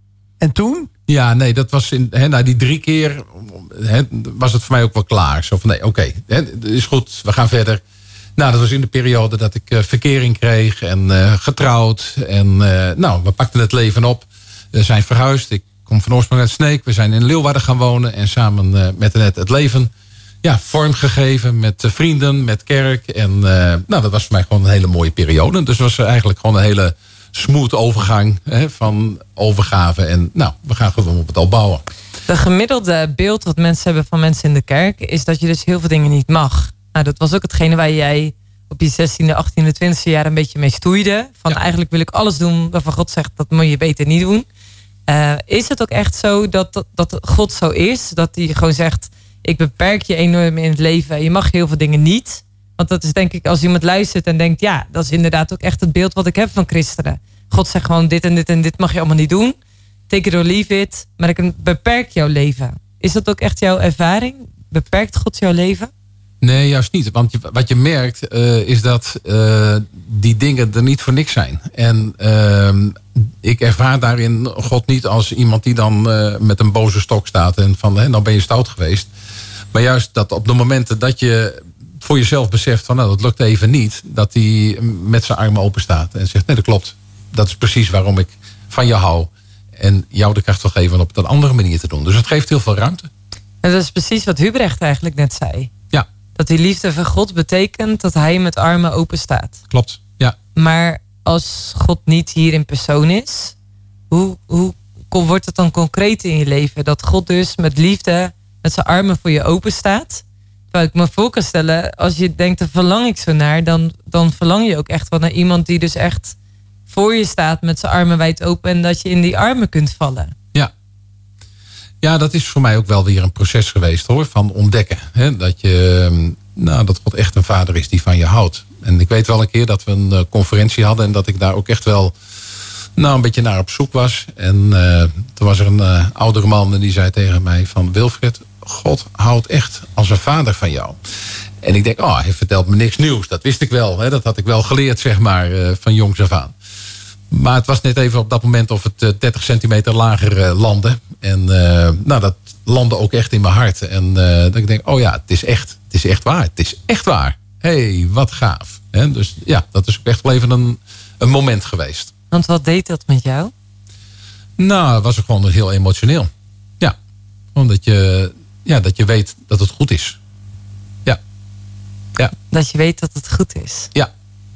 En toen? Ja, nee, dat was in, he, na die drie keer he, was het voor mij ook wel klaar. Zo van, nee, oké, okay, is goed, we gaan verder. Nou, dat was in de periode dat ik uh, verkering kreeg en uh, getrouwd. En uh, nou, we pakten het leven op. We zijn verhuisd. Ik kom van oorsprong uit Sneek. We zijn in Leeuwarden gaan wonen. En samen uh, met net het leven ja, vormgegeven met uh, vrienden, met kerk. En uh, nou, dat was voor mij gewoon een hele mooie periode. Dus het was eigenlijk gewoon een hele smooth overgang hè, van overgave. En nou, we gaan gewoon op het al bouwen. De gemiddelde beeld wat mensen hebben van mensen in de kerk is dat je dus heel veel dingen niet mag. Nou, dat was ook hetgene waar jij op je zestiende, achttiende, twintigste jaar een beetje mee stoeide. Van ja. eigenlijk wil ik alles doen waarvan God zegt dat moet je beter niet doen. Uh, is het ook echt zo dat, dat, dat God zo is? Dat hij gewoon zegt, ik beperk je enorm in het leven. Je mag heel veel dingen niet. Want dat is denk ik als iemand luistert en denkt, ja, dat is inderdaad ook echt het beeld wat ik heb van christenen. God zegt gewoon dit en dit en dit mag je allemaal niet doen. Take it or leave it. Maar ik beperk jouw leven. Is dat ook echt jouw ervaring? Beperkt God jouw leven? Nee, juist niet. Want je, wat je merkt uh, is dat uh, die dingen er niet voor niks zijn. En uh, ik ervaar daarin God niet als iemand die dan uh, met een boze stok staat. En van, hè, nou ben je stout geweest. Maar juist dat op de momenten dat je voor jezelf beseft van, nou dat lukt even niet. Dat hij met zijn armen open staat en zegt, nee dat klopt. Dat is precies waarom ik van je hou. En jou de kracht wil geven om op een andere manier te doen. Dus het geeft heel veel ruimte. En dat is precies wat Hubrecht eigenlijk net zei. Ja. Dat die liefde van God betekent dat hij met armen open staat. Klopt, ja. Maar als God niet hier in persoon is, hoe, hoe wordt het dan concreet in je leven? Dat God dus met liefde met zijn armen voor je open staat. Terwijl ik me voor kan stellen, als je denkt, daar verlang ik zo naar, dan, dan verlang je ook echt wel naar iemand die dus echt voor je staat met zijn armen wijd open en dat je in die armen kunt vallen. Ja. Ja, dat is voor mij ook wel weer een proces geweest hoor, van ontdekken. Hè? Dat je, nou, dat God echt een vader is die van je houdt. En ik weet wel een keer dat we een uh, conferentie hadden en dat ik daar ook echt wel nou, een beetje naar op zoek was. En uh, toen was er een uh, oudere man en die zei tegen mij van Wilfred, God houdt echt als een vader van jou. En ik denk, oh, hij vertelt me niks nieuws. Dat wist ik wel. Hè? Dat had ik wel geleerd, zeg maar, uh, van jongs af aan. Maar het was net even op dat moment of het uh, dertig centimeter lager uh, landde. En uh, nou, dat landde ook echt in mijn hart. En uh, dat ik denk, oh ja, het is echt, het is echt waar. Het is echt waar. Hé, hey, wat gaaf. Hè? Dus ja, dat is ook echt wel even een, een moment geweest. Want wat deed dat met jou? Nou, het was ook gewoon heel emotioneel. Ja, omdat je, ja, dat je weet dat het goed is. Ja. Ja. Dat je weet dat het goed is. Ja.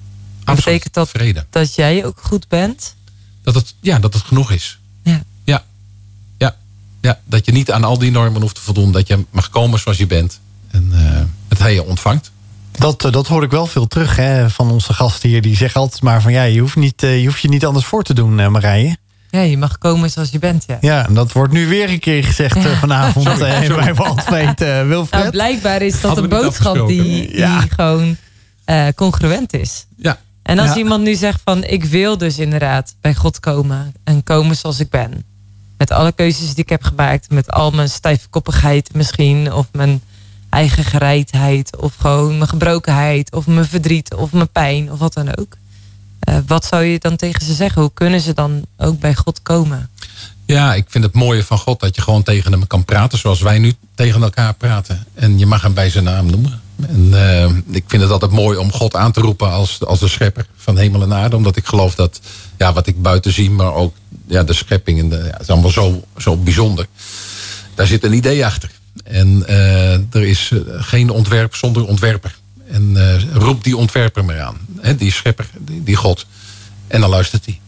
En betekent dat vrede. Dat jij ook goed bent? Dat het, ja, dat het genoeg is. Ja. Ja. Ja. Ja. Dat je niet aan al die normen hoeft te voldoen. Dat je mag komen zoals je bent. En uh, het hij je ontvangt. Dat, dat hoor ik wel veel terug hè, van onze gasten hier. Die zeggen altijd maar van ja, je hoeft, niet, je, hoeft je niet anders voor te doen, Marije. Ja, je mag komen zoals je bent, ja. Ja, en dat wordt nu weer een keer gezegd ja. vanavond uh, in mijn Waldfeet, uh, Wilfred. Nou, blijkbaar is dat een boodschap die, die ja. gewoon uh, congruent is. Ja. En als ja. iemand nu zegt van ik wil dus inderdaad bij God komen en komen zoals ik ben. Met alle keuzes die ik heb gemaakt, met al mijn stijfkoppigheid misschien, of mijn eigen gereidheid, of gewoon mijn gebrokenheid, of mijn verdriet, of mijn pijn, of wat dan ook. Uh, wat zou je dan tegen ze zeggen? Hoe kunnen ze dan ook bij God komen? Ja, ik vind het mooie van God dat je gewoon tegen hem kan praten zoals wij nu tegen elkaar praten. En je mag hem bij zijn naam noemen. En uh, ik vind het altijd mooi om God aan te roepen als, als de schepper van hemel en aarde. Omdat ik geloof dat ja, wat ik buiten zie, maar ook ja, de schepping, en de, ja, het is allemaal zo, zo bijzonder. Daar zit een idee achter. En uh, er is uh, geen ontwerp zonder ontwerper. En uh, roep die ontwerper maar aan. Hè, die schepper, die, die God. En dan luistert hij.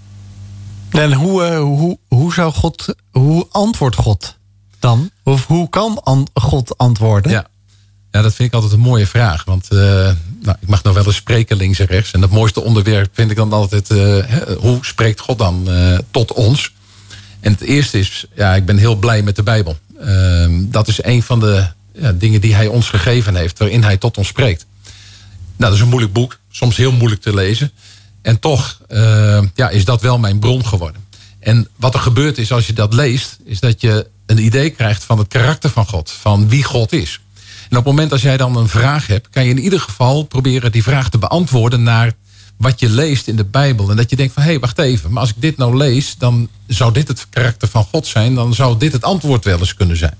En hoe, uh, hoe, hoe zou God, hoe antwoordt God dan? Of hoe kan an- God antwoorden? Ja. ja, dat vind ik altijd een mooie vraag. Want uh, nou, ik mag nog wel eens spreken links en rechts. En het mooiste onderwerp vind ik dan altijd, uh, hè, hoe spreekt God dan uh, tot ons? En het eerste is, ja, ik ben heel blij met de Bijbel. Uh, dat is een van de ja, dingen die hij ons gegeven heeft, waarin hij tot ons spreekt. Nou, dat is een moeilijk boek. Soms heel moeilijk te lezen. En toch uh, ja, is dat wel mijn bron geworden. En wat er gebeurt is als je dat leest, is dat je een idee krijgt van het karakter van God. Van wie God is. En op het moment als jij dan een vraag hebt, kan je in ieder geval proberen die vraag te beantwoorden naar wat je leest in de Bijbel. En dat je denkt van, hé, hey, wacht even. Maar als ik dit nou lees, dan zou dit het karakter van God zijn. Dan zou dit het antwoord wel eens kunnen zijn.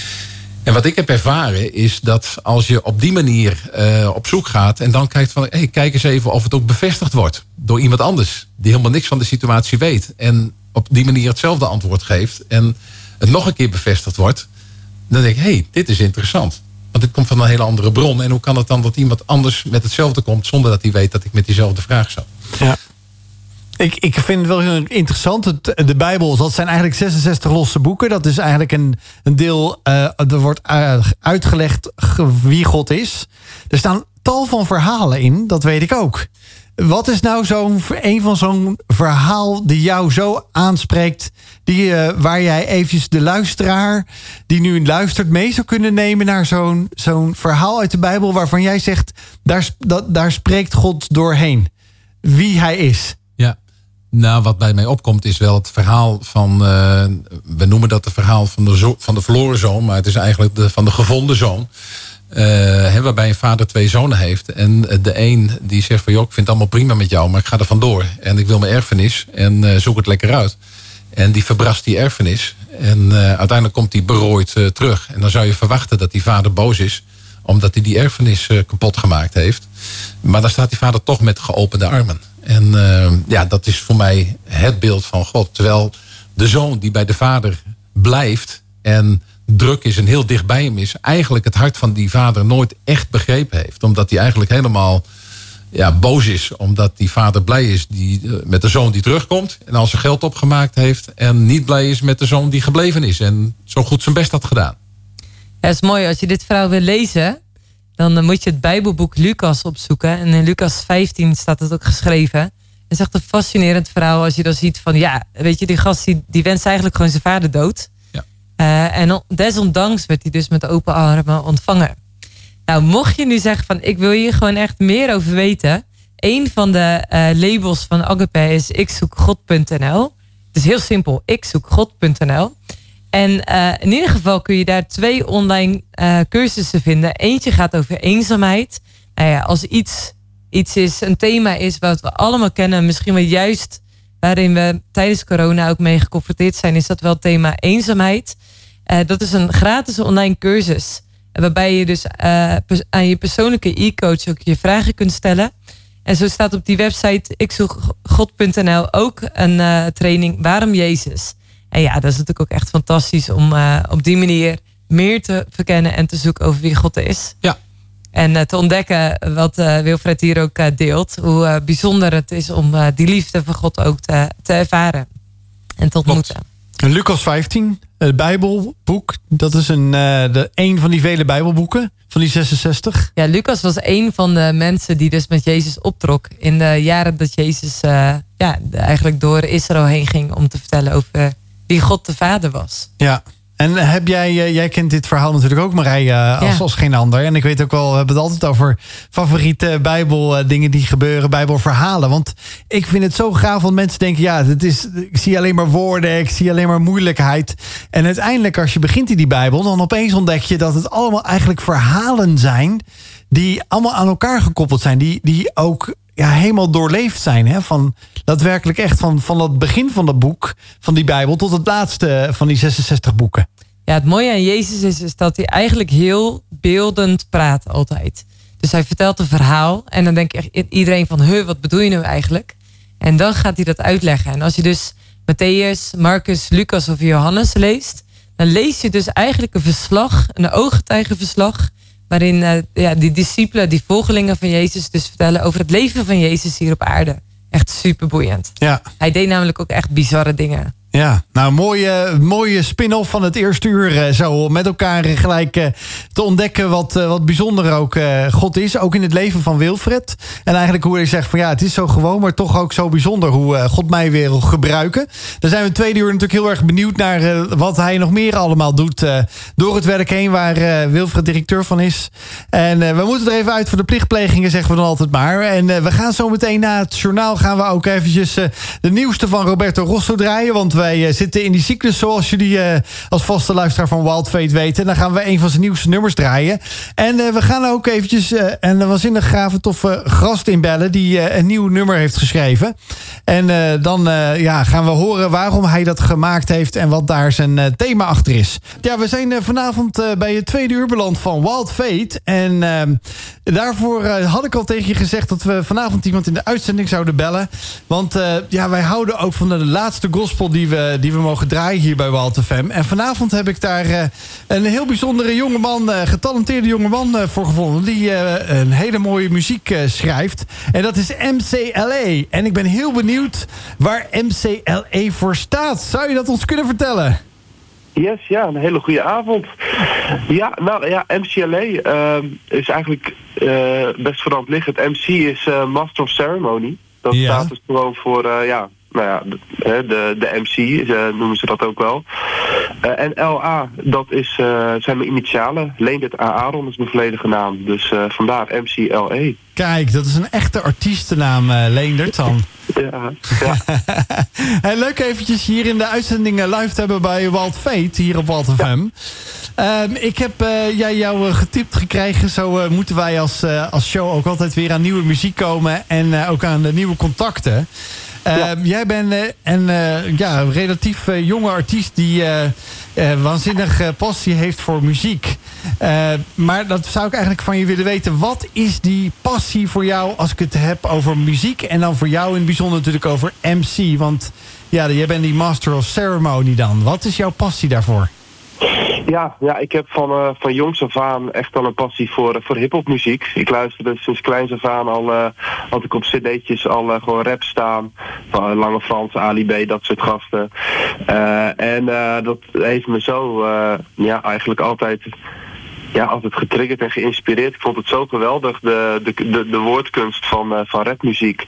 En wat ik heb ervaren is dat als je op die manier uh, op zoek gaat en dan kijkt van, hey, kijk eens even of het ook bevestigd wordt door iemand anders die helemaal niks van de situatie weet en op die manier hetzelfde antwoord geeft en het nog een keer bevestigd wordt, dan denk ik, hé, hey, dit is interessant. Want dit komt van een hele andere bron. En hoe kan het dan dat iemand anders met hetzelfde komt zonder dat hij weet dat ik met diezelfde vraag zat? Ja. Ik, ik vind het wel heel interessant. Het, de Bijbel, dat zijn eigenlijk zesenzestig losse boeken. Dat is eigenlijk een, een deel, uh, er wordt uitgelegd wie God is. Er staan tal van verhalen in, dat weet ik ook. Wat is nou zo'n een van zo'n verhaal die jou zo aanspreekt, die, uh, waar jij eventjes de luisteraar die nu luistert mee zou kunnen nemen naar zo'n, zo'n verhaal uit de Bijbel waarvan jij zegt, daar, dat, daar spreekt God doorheen. Wie hij is. Ja, nou wat bij mij opkomt is wel het verhaal van, uh, we noemen dat het verhaal van de, zo, van de verloren zoon, maar het is eigenlijk de, van de gevonden zoon. Uh, he, waarbij een vader twee zonen heeft. En de een die zegt van, joh, ik vind het allemaal prima met jou, maar ik ga er vandoor. En ik wil mijn erfenis en uh, zoek het lekker uit. En die verbrast die erfenis. En uh, uiteindelijk komt die berooid uh, terug. En dan zou je verwachten dat die vader boos is, omdat hij die erfenis uh, kapot gemaakt heeft. Maar dan staat die vader toch met geopende armen. En uh, ja, dat is voor mij het beeld van God. Terwijl de zoon die bij de vader blijft en druk is en heel dicht bij hem is, eigenlijk het hart van die vader nooit echt begrepen heeft. Omdat hij eigenlijk helemaal ja, boos is. Omdat die vader blij is die, uh, met de zoon die terugkomt en al zijn geld opgemaakt heeft. En niet blij is met de zoon die gebleven is en zo goed zijn best had gedaan. Dat is mooi. Als je dit verhaal wil lezen, dan uh, moet je het Bijbelboek Lucas opzoeken. En in Lucas vijftien staat het ook geschreven. Het is echt een fascinerend verhaal als je dan ziet van... ja, weet je, die gast die, die wenst eigenlijk gewoon zijn vader dood. Ja. Uh, en desondanks werd hij dus met open armen ontvangen. Nou, mocht je nu zeggen van... ik wil hier gewoon echt meer over weten... een van de uh, labels van Agape is ik zoek god punt n l. Het is heel simpel, ik zoek god punt n l. En uh, in ieder geval kun je daar twee online uh, cursussen vinden. Eentje gaat over eenzaamheid. Nou ja, als iets, iets is, een thema is wat we allemaal kennen... misschien wel juist waarin we tijdens corona ook mee geconfronteerd zijn... is dat wel het thema eenzaamheid. Uh, dat is een gratis online cursus... waarbij je dus uh, aan je persoonlijke e-coach ook je vragen kunt stellen... En zo staat op die website ik zoek god punt n l ook een uh, training Waarom Jezus? En ja, dat is natuurlijk ook echt fantastisch om uh, op die manier meer te verkennen en te zoeken over wie God is. Ja. En uh, te ontdekken wat uh, Wilfred hier ook uh, deelt. Hoe uh, bijzonder het is om uh, die liefde van God ook te, te ervaren en te ontmoeten. En Lucas vijftien, het Bijbelboek. Dat is een, uh, de, een van die vele Bijbelboeken. Van die zesenzestig. Ja, Lucas was een van de mensen die dus met Jezus optrok. In de jaren dat Jezus uh, ja, eigenlijk door Israël heen ging om te vertellen over wie God de Vader was. Ja. En heb jij, jij kent dit verhaal natuurlijk ook, Marije, als, ja. als geen ander. En ik weet ook wel, we hebben het altijd over favoriete Bijbeldingen die gebeuren, Bijbelverhalen. Want ik vind het zo gaaf, want mensen denken, ja, het is, ik zie alleen maar woorden, ik zie alleen maar moeilijkheid. En uiteindelijk, als je begint in die Bijbel, dan opeens ontdek je dat het allemaal eigenlijk verhalen zijn die allemaal aan elkaar gekoppeld zijn. Die, die ook ja, helemaal doorleefd zijn. Hè? Van daadwerkelijk echt van, van het begin van het boek, van die Bijbel, tot het laatste van die zesenzestig boeken. Ja, het mooie aan Jezus is, is dat hij eigenlijk heel beeldend praat altijd. Dus hij vertelt een verhaal en dan denkt iedereen van, huh, wat bedoel je nu eigenlijk? En dan gaat hij dat uitleggen. En als je dus Matthäus, Marcus, Lucas of Johannes leest, dan lees je dus eigenlijk een verslag, een ooggetuigenverslag, waarin uh, ja, die discipelen, die volgelingen van Jezus dus vertellen over het leven van Jezus hier op aarde. Echt super boeiend. Ja. Hij deed namelijk ook echt bizarre dingen. Ja, nou, mooie, mooie spin-off van het eerste uur. Zo met elkaar gelijk te ontdekken wat, wat bijzonder ook God is. Ook in het leven van Wilfred. En eigenlijk hoe hij zegt van ja, het is zo gewoon, maar toch ook zo bijzonder hoe God mij weer wil gebruiken. Daar zijn we het tweede uur natuurlijk heel erg benieuwd naar wat hij nog meer allemaal doet door het werk heen, waar Wilfred directeur van is. En we moeten er even uit voor de plichtplegingen, zeggen we dan altijd maar. En we gaan zo meteen na het journaal gaan we ook eventjes de nieuwste van Roberto Rosso draaien, want wij zitten in die cyclus, zoals jullie uh, als vaste luisteraar van Wild Fate weten. Dan gaan we een van zijn nieuwste nummers draaien. En uh, we gaan ook eventjes uh, een waanzinnig gave toffe gast inbellen die uh, een nieuw nummer heeft geschreven. En uh, dan uh, ja, gaan we horen waarom hij dat gemaakt heeft en wat daar zijn uh, thema achter is. Ja, we zijn uh, vanavond uh, bij het tweede uur beland van Wild Fate. En uh, daarvoor uh, had ik al tegen je gezegd dat we vanavond iemand in de uitzending zouden bellen. Want uh, ja, wij houden ook van de laatste gospel die we, die we mogen draaien hier bij Wild F M. En vanavond heb ik daar uh, een heel bijzondere jongeman, uh, getalenteerde jongeman uh, voor gevonden. Die uh, een hele mooie muziek uh, schrijft. En dat is M C L A. En ik ben heel benieuwd waar M C L A voor staat. Zou je dat ons kunnen vertellen? Yes, ja, een hele goede avond. Ja, nou ja, M C L A uh, is eigenlijk uh, best voor de hand liggend. M C is uh, Master of Ceremony. Dat ja. staat dus gewoon voor, uh, ja, nou ja, de, de, de M C uh, noemen ze dat ook wel. Uh, en L A, dat is, uh, zijn mijn initialen. Leendert A. Aaron is mijn volledige naam. Dus uh, vandaar M C L A. Kijk, dat is een echte artiestennaam, uh, Leendert dan. Ja, ja. Hey, leuk eventjes hier in de uitzending live te hebben bij Wild Fate, hier op Wild F M. Ja. Uh, ik heb uh, jij jou uh, getipt gekregen. Zo uh, moeten wij als, uh, als show ook altijd weer aan nieuwe muziek komen. En uh, ook aan de nieuwe contacten. Uh, ja. Jij bent uh, een uh, ja, relatief uh, jonge artiest die uh, uh, waanzinnig uh, passie heeft voor muziek. Uh, maar dat zou ik eigenlijk van je willen weten. Wat is die passie voor jou als ik het heb over muziek? En dan voor jou in het bijzonder natuurlijk over M C. Want ja, jij bent die Master of Ceremony dan. Wat is jouw passie daarvoor? Ja, ja, ik heb van, uh, van jongs af aan echt al een passie voor, uh, voor hiphopmuziek. Ik luisterde sinds kleins af aan al, uh, had ik op cd'tjes al uh, gewoon rap staan. Van uh, Lange Frans, Ali B, dat soort gasten. Uh, en uh, dat heeft me zo, uh, ja, eigenlijk altijd ja, altijd getriggerd en geïnspireerd. Ik vond het zo geweldig, de, de, de, de woordkunst van, uh, van rapmuziek.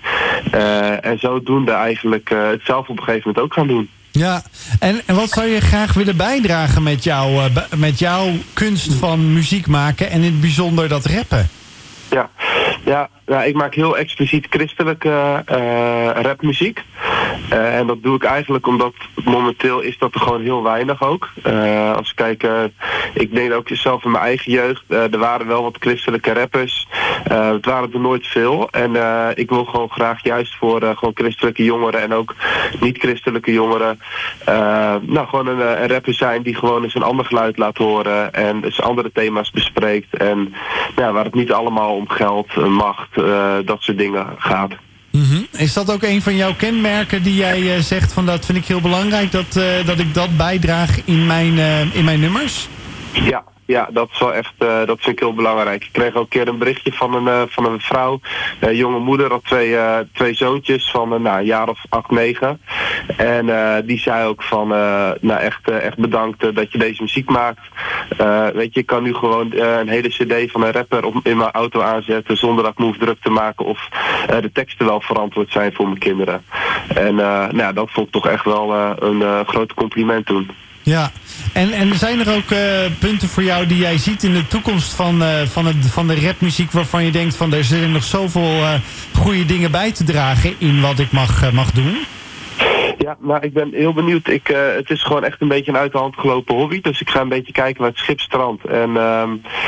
Uh, en zodoende eigenlijk uh, het zelf op een gegeven moment ook gaan doen. Ja, en, en wat zou je graag willen bijdragen met, jou, uh, met jouw kunst van muziek maken en in het bijzonder dat rappen? Ja, ja nou, ik maak heel expliciet christelijke uh, rapmuziek. Uh, en dat doe ik eigenlijk omdat momenteel is dat er gewoon heel weinig ook. Uh, als ik kijk, uh, ik denk ook zelf in mijn eigen jeugd, uh, er waren wel wat christelijke rappers. Uh, het waren er nooit veel. En uh, ik wil gewoon graag juist voor uh, gewoon christelijke jongeren en ook niet-christelijke jongeren, uh, nou gewoon een, een rapper zijn die gewoon eens een ander geluid laat horen en eens andere thema's bespreekt. En nou, waar het niet allemaal om geld, macht, uh, dat soort dingen gaat. Mm-hmm. Is dat ook een van jouw kenmerken die jij uh, zegt van dat vind ik heel belangrijk, dat, uh, dat ik dat bijdraag in mijn, uh, in mijn nummers? Ja. Ja, dat is wel echt, uh, dat vind ik heel belangrijk. Ik kreeg ook een keer een berichtje van een, uh, van een vrouw, een jonge moeder, had twee, uh, twee zoontjes van uh, nou, een jaar of acht, negen. En uh, die zei ook van, uh, nou echt, uh, echt bedankt uh, dat je deze muziek maakt. Uh, weet je, ik kan nu gewoon uh, een hele cd van een rapper op, in mijn auto aanzetten zonder dat ik me hoef druk te maken of uh, de teksten wel verantwoord zijn voor mijn kinderen. En uh, nou, dat vond ik toch echt wel uh, een uh, groot compliment toen. Ja, en, en zijn er ook uh, punten voor jou die jij ziet in de toekomst van, uh, van, het, van de rapmuziek waarvan je denkt van er zitten nog zoveel uh, goede dingen bij te dragen in wat ik mag, uh, mag doen? Ja, nou, ik ben heel benieuwd. Ik, uh, het is gewoon echt een beetje een uit de hand gelopen hobby. Dus ik ga een beetje kijken waar het schip strandt. En uh,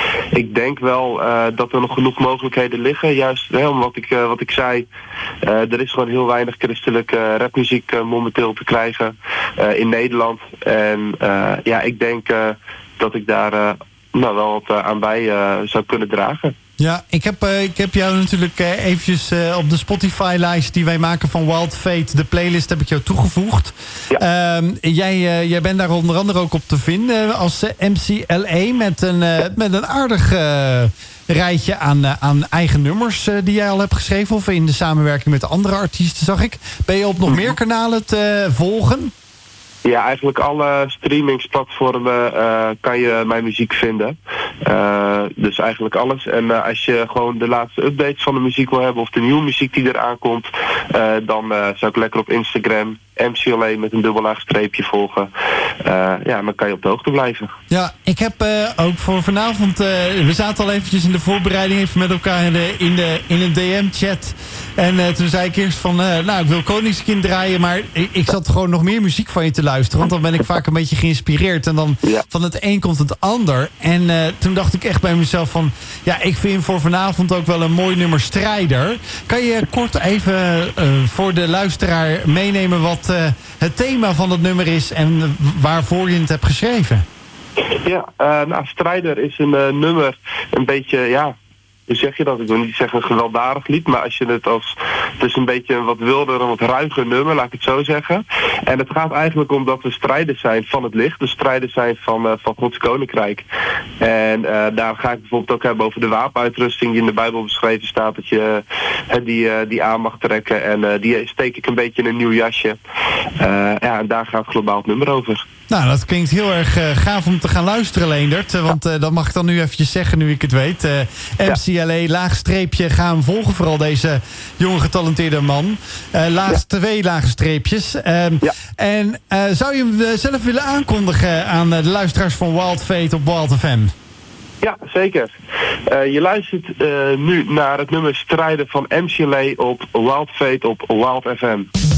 ik denk wel uh, dat er nog genoeg mogelijkheden liggen. Juist hè, om wat ik, uh, wat ik zei. Uh, er is gewoon heel weinig christelijke uh, rapmuziek uh, momenteel te krijgen uh, in Nederland. En uh, ja, ik denk uh, dat ik daar uh, nou, wel wat uh, aan bij uh, zou kunnen dragen. Ja, ik heb, uh, ik heb jou natuurlijk uh, eventjes uh, op de Spotify-lijst die wij maken van Wild Fate, de playlist, heb ik jou toegevoegd. Ja. Uh, jij, uh, jij bent daar onder andere ook op te vinden als uh, M C L A met een, uh, met een aardig uh, rijtje aan, uh, aan eigen nummers uh, die jij al hebt geschreven of in de samenwerking met andere artiesten, zag ik. Ben je op nog meer kanalen te uh, volgen? Ja, eigenlijk alle streamingsplatformen uh, kan je mijn muziek vinden. Uh, dus eigenlijk alles. En uh, als je gewoon de laatste updates van de muziek wil hebben of de nieuwe muziek die eraan komt, uh, dan uh, zou ik lekker op Instagram M C L A met een dubbelaag streepje volgen. Uh, ja, dan kan je op de hoogte blijven. Ja, ik heb uh, ook voor vanavond, uh, we zaten al eventjes in de voorbereiding even met elkaar in, de, in, de, in een D M-chat. En uh, toen zei ik eerst van, uh, nou, ik wil Koningskind draaien, maar ik, ik zat gewoon nog meer muziek van je te luisteren. Want dan ben ik vaak een beetje geïnspireerd. En dan ja. van het een komt het ander. En uh, toen dacht ik echt bij mezelf van, ja, ik vind voor vanavond ook wel een mooi nummer Strijder. Kan je kort even uh, voor de luisteraar meenemen wat uh, het thema van het nummer is en uh, waarvoor je het hebt geschreven? Ja, uh, nou, Strijder is een uh, nummer, een beetje, ja, hoe zeg je dat? Ik wil niet zeggen een gewelddadig lied, maar als je het als, het is een beetje een wat wilder, een wat ruiger nummer, laat ik het zo zeggen. En het gaat eigenlijk om dat we strijders zijn van het licht, de strijders zijn van, uh, van Gods Koninkrijk. En uh, daar ga ik bijvoorbeeld ook hebben over de wapenuitrusting die in de Bijbel beschreven staat, dat je uh, die, uh, die aan mag trekken en uh, die steek ik een beetje in een nieuw jasje. Uh, ja, en daar gaat globaal het nummer over. Nou, dat klinkt heel erg uh, gaaf om te gaan luisteren, Leendert. Want uh, dat mag ik dan nu eventjes zeggen, nu ik het weet. Uh, M C L A, laagstreepje, ga hem volgen. Vooral deze jonge getalenteerde man. Uh, laatst ja. twee lage streepjes. Uh, ja. En uh, zou je hem zelf willen aankondigen aan uh, de luisteraars van Wild Fate op Wild F M? Ja, zeker. Uh, je luistert uh, nu naar het nummer Strijden van M C L A op Wild Fate op Wild F M.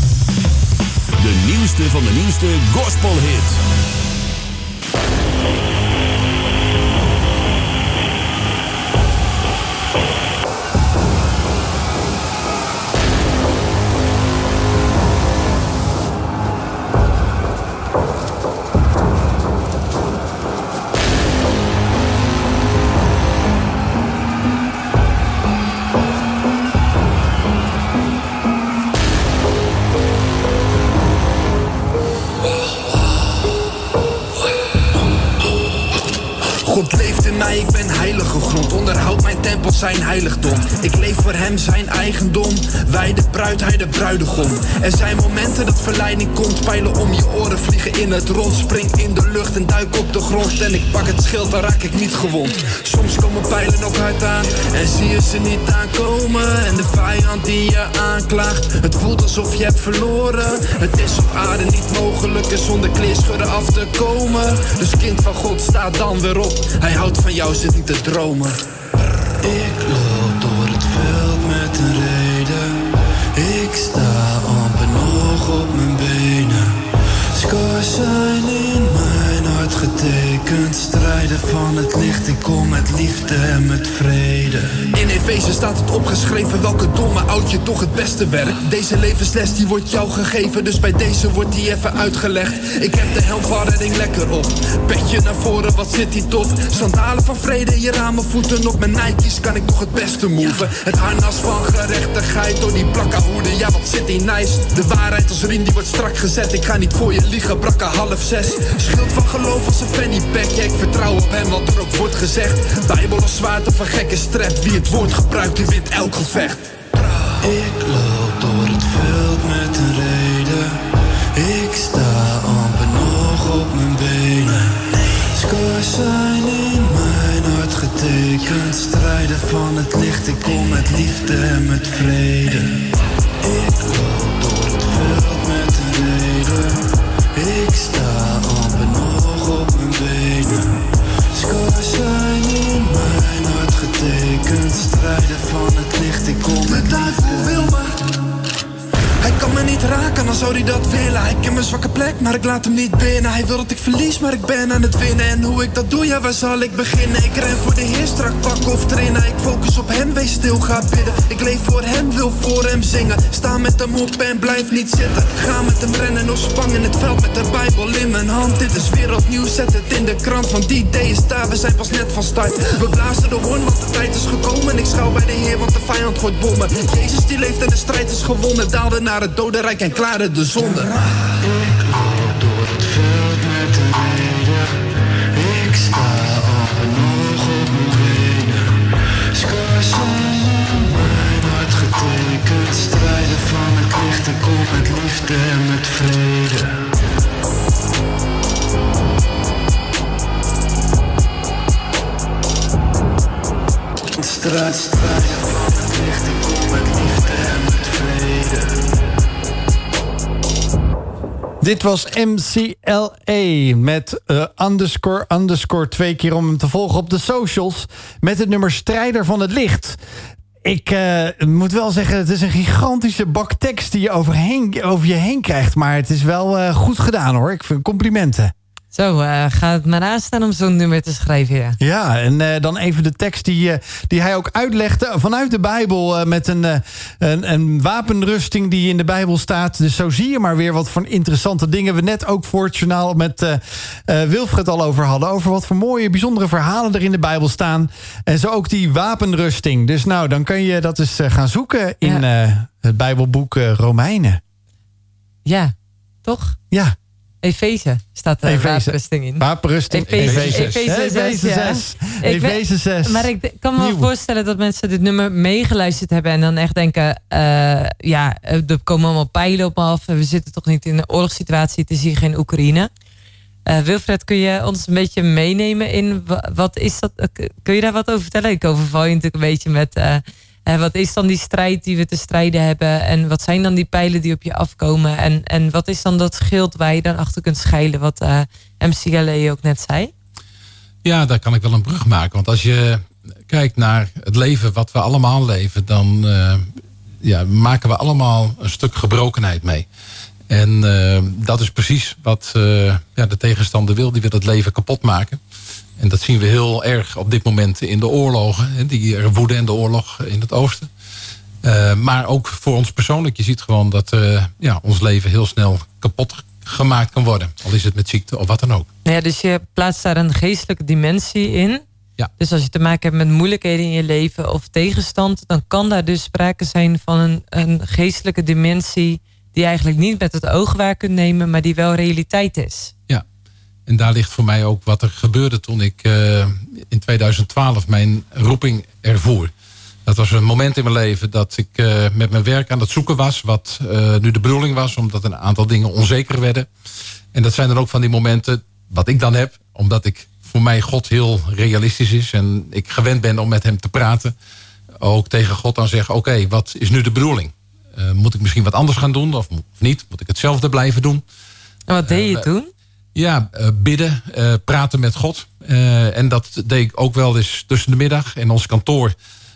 De nieuwste van de nieuwste gospelhit. zijn heiligdom. Ik leef voor hem zijn eigendom. Wij de bruid, hij de bruidegom. Er zijn momenten dat verleiding komt. Pijlen om je oren vliegen in het rond. Spring in de lucht en duik op de grond. En ik pak het schild, dan raak ik niet gewond. Soms komen pijlen ook hard aan en zie je ze niet aankomen. En de vijand die je aanklaagt, het voelt alsof je hebt verloren. Het is op aarde niet mogelijk er zonder kleerscheuren af te komen. Dus kind van God, sta dan weer op. Hij houdt van jou, zit niet te dromen. Ik loop door het veld met een reden. Ik sta amper nog op mijn benen. Scars zijn in mijn hart getekend. Strijden van het licht, ik kom met liefde en met vrede. In Efeze staat het opgeschreven welke domme oudje toch het beste werkt. Deze levensles die wordt jou gegeven, dus bij deze wordt die even uitgelegd. Ik heb de helm van redding lekker op. Petje naar voren, wat zit die top? Sandalen van vrede, hier aan mijn voeten. Op mijn Nike's kan ik toch het beste moven. Het harnas van gerechtigheid door die plakka hoeden. Ja, wat zit die nice? De waarheid als riem die wordt strak gezet. Ik ga niet voor je liegen, brakke half zes. Schild van geloof als een fanny pack. Ja, ik vertrouw op hem, wat er ook wordt gezegd. Bijbel als zwaard of een gekke strep. Wie het woord gebruikt, die wint elk gevecht. Ik loop door het veld met een reden. Ik sta amper nog op mijn benen. Scars zijn in mijn hart getekend. Strijden van het licht, ik kom met liefde en met vrede. Ik loop door het veld met een reden. Ik sta amper nog op mijn benen. Scars zijn in mijn hart getekend. Strijden van het licht, ik kom met liefde. Wil me. Hij kan me niet raken, dan zou hij dat willen. Hij kent mijn zwakke plek, maar ik laat hem niet binnen. Hij wil dat ik verlies, maar ik ben aan het winnen. En hoe ik dat doe, ja, waar zal ik beginnen? Ik ren voor de Heer, strak pak of trainen. Ik focus op hem, wees stil, ga bidden. Ik leef voor hem, wil voor hem zingen. Sta met hem op en blijf niet zitten. Ga met hem rennen of spang in het veld met de Bijbel in mijn hand. Dit is wereldnieuws, zet het in de krant. Want die day is daar, we zijn pas net van start. We blazen de hoorn, want de tijd is gekomen. En ik schuil bij de Heer, want de vijand gooit bommen. Jezus die leeft en de strijd is gewonnen. Daalde naar het dodenrijk en klaarde de zonde. Ik loop door het veld met een reden. Ik sta amper nog op mijn benen. Scars zijn in mijn hart getekend. Strijden van het licht, ik kom met liefde en met vrede. Strijd, strijden van het licht, ik kom met liefde en met vrede. Dit was M C L A met uh, underscore underscore twee keer om hem te volgen op de socials met het nummer Strijder van het Licht. Ik uh, moet wel zeggen, het is een gigantische bak tekst die je overheen, over je heen krijgt. Maar het is wel uh, goed gedaan hoor. Ik vind complimenten. Zo, uh, gaat het maar aanstaan om zo'n nummer te schrijven, ja. Ja, en uh, dan even de tekst die, uh, die hij ook uitlegde vanuit de Bijbel. Uh, met een, uh, een, een wapenrusting die in de Bijbel staat. Dus zo zie je maar weer wat voor interessante dingen we net ook voor het journaal met uh, uh, Wilfred al over hadden. Over wat voor mooie, bijzondere verhalen er in de Bijbel staan. En zo ook die wapenrusting. Dus nou, dan kun je dat eens uh, gaan zoeken in ja. uh, het Bijbelboek uh, Romeinen. Ja, toch? Ja. Efeze staat er wapenrusting in. Wapenrusting. Efeze zes. Efeze zes. Maar ik kan me wel voorstellen dat mensen dit nummer meegeluisterd hebben en dan echt denken, uh, ja, er komen allemaal pijlen op me af. We zitten toch niet in een oorlogssituatie, het is hier geen Oekraïne. Uh, Wilfred, kun je ons een beetje meenemen in wat is dat? Kun je daar wat over vertellen? Ik overval je natuurlijk een beetje met uh, uh, wat is dan die strijd die we te strijden hebben en wat zijn dan die pijlen die op je afkomen en, en wat is dan dat schild waar je dan achter kunt schuilen, wat uh, M C L A ook net zei? Ja, daar kan ik wel een brug maken. Want als je kijkt naar het leven wat we allemaal leven, dan uh, ja, maken we allemaal een stuk gebrokenheid mee. En uh, dat is precies wat uh, ja, de tegenstander wil. Die wil het leven kapot maken. En dat zien we heel erg op dit moment in de oorlogen. Hè, die er woeden en de oorlog in het oosten. Uh, maar ook voor ons persoonlijk. Je ziet gewoon dat uh, ja, ons leven heel snel kapot gemaakt kan worden. Al is het met ziekte of wat dan ook. Ja, dus je plaatst daar een geestelijke dimensie in. Ja. Dus als je te maken hebt met moeilijkheden in je leven of tegenstand, dan kan daar dus sprake zijn van een, een geestelijke dimensie die je eigenlijk niet met het oog waar kunt nemen, maar die wel realiteit is. Ja, en daar ligt voor mij ook wat er gebeurde toen ik uh, in tweeduizend twaalf mijn roeping ervoer. Dat was een moment in mijn leven dat ik uh, met mijn werk aan het zoeken was. Wat uh, nu de bedoeling was, omdat een aantal dingen onzeker werden. En dat zijn dan ook van die momenten, wat ik dan heb. Omdat ik voor mij God heel realistisch is. En ik gewend ben om met hem te praten. Ook tegen God dan zeggen, oké, okay, wat is nu de bedoeling? Uh, moet ik misschien wat anders gaan doen of, of niet? Moet ik hetzelfde blijven doen? En wat deed je uh, toen? Ja, uh, bidden, uh, praten met God. Uh, en dat deed ik ook wel eens tussen de middag. En ons kantoor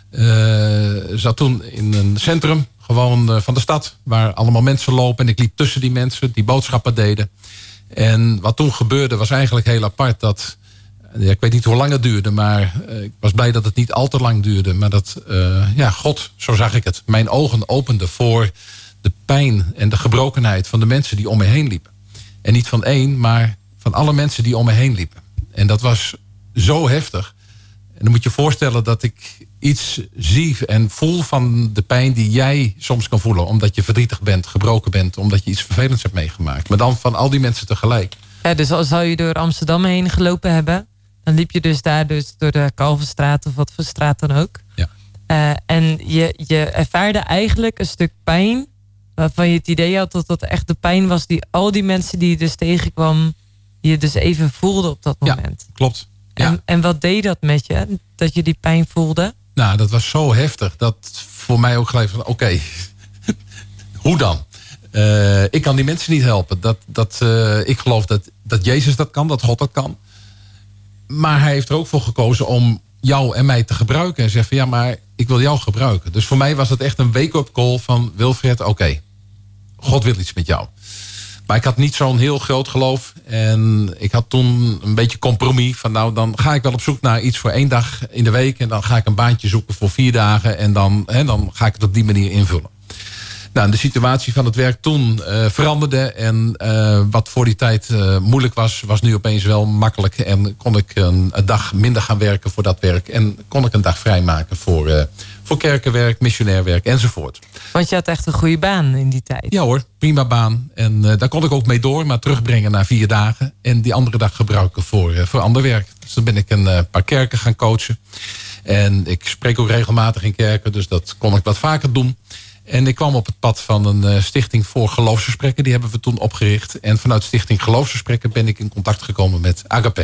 uh, zat toen in een centrum, gewoon uh, van de stad, waar allemaal mensen lopen. En ik liep tussen die mensen die boodschappen deden. En wat toen gebeurde was eigenlijk heel apart. Dat, ja, ik weet niet hoe lang het duurde, maar uh, ik was blij dat het niet al te lang duurde. Maar dat uh, ja, God, zo zag ik het, mijn ogen opende voor de pijn en de gebrokenheid van de mensen die om me heen liepen. En niet van één, maar van alle mensen die om me heen liepen. En dat was zo heftig. En dan moet je je voorstellen dat ik iets zie en voel van de pijn die jij soms kan voelen. Omdat je verdrietig bent, gebroken bent, omdat je iets vervelends hebt meegemaakt. Maar dan van al die mensen tegelijk. Ja, dus als zou je door Amsterdam heen gelopen hebben, dan liep je dus daar dus door de Kalverstraat of wat voor straat dan ook. Ja. Uh, en je, je ervaarde eigenlijk een stuk pijn waarvan je het idee had dat dat echt de pijn was die al die mensen die je dus tegenkwam, die je dus even voelde op dat moment. Ja, klopt. Ja. En, en wat deed dat met je, dat je die pijn voelde? Nou, dat was zo heftig dat voor mij ook gelijk van, oké, okay, hoe dan? Uh, ik kan die mensen niet helpen. Dat, dat, uh, ik geloof dat, dat Jezus dat kan, dat God dat kan. Maar hij heeft er ook voor gekozen om jou en mij te gebruiken. En zegt van, ja, maar ik wil jou gebruiken. Dus voor mij was het echt een wake-up call van, Wilfred, oké, okay, God wil iets met jou. Maar ik had niet zo'n heel groot geloof. En ik had toen een beetje compromis. Van nou, dan ga ik wel op zoek naar iets voor één dag in de week. En dan ga ik een baantje zoeken voor vier dagen. En dan, hè, dan ga ik het op die manier invullen. Nou, de situatie van het werk toen uh, veranderde. En uh, wat voor die tijd uh, moeilijk was, was nu opeens wel makkelijk. En kon ik een, een dag minder gaan werken voor dat werk. En kon ik een dag vrijmaken voor, uh, voor kerkenwerk, missionair werk enzovoort. Want je had echt een goede baan in die tijd. Ja hoor, prima baan. En uh, daar kon ik ook mee door, maar terugbrengen naar vier dagen. En die andere dag gebruiken voor, uh, voor ander werk. Dus dan ben ik een uh, paar kerken gaan coachen. En ik spreek ook regelmatig in kerken, dus dat kon ik wat vaker doen. En ik kwam op het pad van een uh, stichting voor geloofsgesprekken. Die hebben we toen opgericht. En vanuit stichting geloofsgesprekken ben ik in contact gekomen met Agape.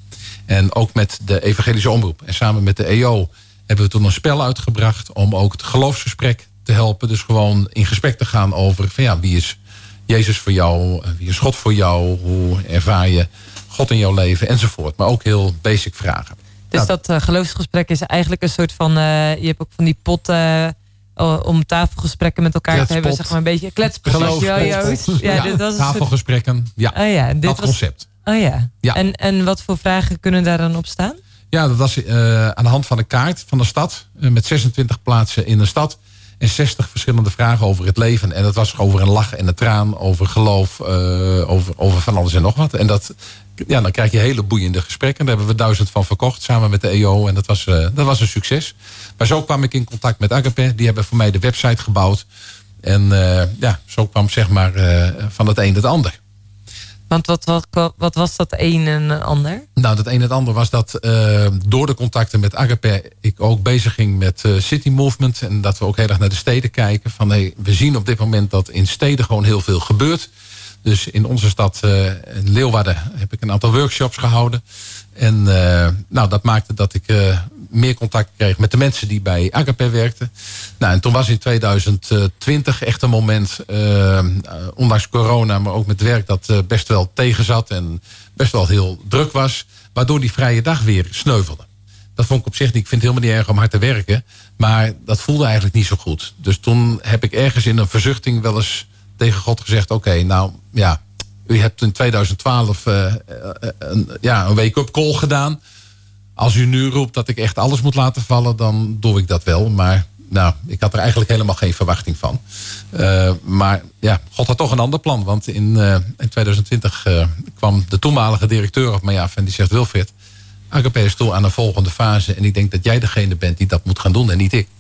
En ook met de evangelische omroep. En samen met de E O hebben we toen een spel uitgebracht om ook het geloofsgesprek te helpen. Dus gewoon in gesprek te gaan over van ja, wie is Jezus voor jou? Wie is God voor jou? Hoe ervaar je God in jouw leven? Enzovoort. Maar ook heel basic vragen. Dus nou, dat uh, geloofsgesprek is eigenlijk een soort van, uh, je hebt ook van die potten uh, om tafelgesprekken met elkaar te hebben. Zeg maar een beetje kletspot. Ja, ja, ja, dit was tafelgesprekken. Ja, oh ja dit dat was, concept. Oh ja. ja. En, en wat voor vragen kunnen daar dan op staan? Ja, dat was uh, aan de hand van een kaart van de stad. Uh, met zesentwintig plaatsen in een stad. En zestig verschillende vragen over het leven. En dat was over een lach en een traan. Over geloof. Uh, over, over van alles en nog wat. En dat, ja, dan krijg je hele boeiende gesprekken. Daar hebben we duizend van verkocht. Samen met de E O. En dat was, uh, dat was een succes. Maar zo kwam ik in contact met Agape. Die hebben voor mij de website gebouwd. En uh, ja, zo kwam zeg maar uh, van het een het ander. Want wat, wat, wat was dat een en ander? Nou, dat een en het ander was dat uh, door de contacten met Agape ik ook bezig ging met uh, City Movement. En dat we ook heel erg naar de steden kijken. Van, hey, we zien op dit moment dat in steden gewoon heel veel gebeurt. Dus in onze stad, uh, in Leeuwarden, heb ik een aantal workshops gehouden. En uh, nou, dat maakte dat ik uh, meer contact kreeg met de mensen die bij Agape werkten. Nou, en toen was in tweeduizend twintig echt een moment, uh, ondanks corona, maar ook met werk, dat uh, best wel tegenzat en best wel heel druk was. Waardoor die vrije dag weer sneuvelde. Dat vond ik op zich niet, ik vind het helemaal niet erg om hard te werken. Maar dat voelde eigenlijk niet zo goed. Dus toen heb ik ergens in een verzuchting wel eens tegen God gezegd, oké, okay, nou ja, u hebt in tweeduizend twaalf uh, een, ja, een wake-up call gedaan. Als u nu roept dat ik echt alles moet laten vallen, dan doe ik dat wel. Maar nou, ik had er eigenlijk helemaal geen verwachting van. Uh, maar ja, God had toch een ander plan. Want in, uh, in tweeduizend twintig uh, kwam de toenmalige directeur op mij af en die zegt, Wilfred, Agape is toe aan een volgende fase. En ik denk dat jij degene bent die dat moet gaan doen en niet ik.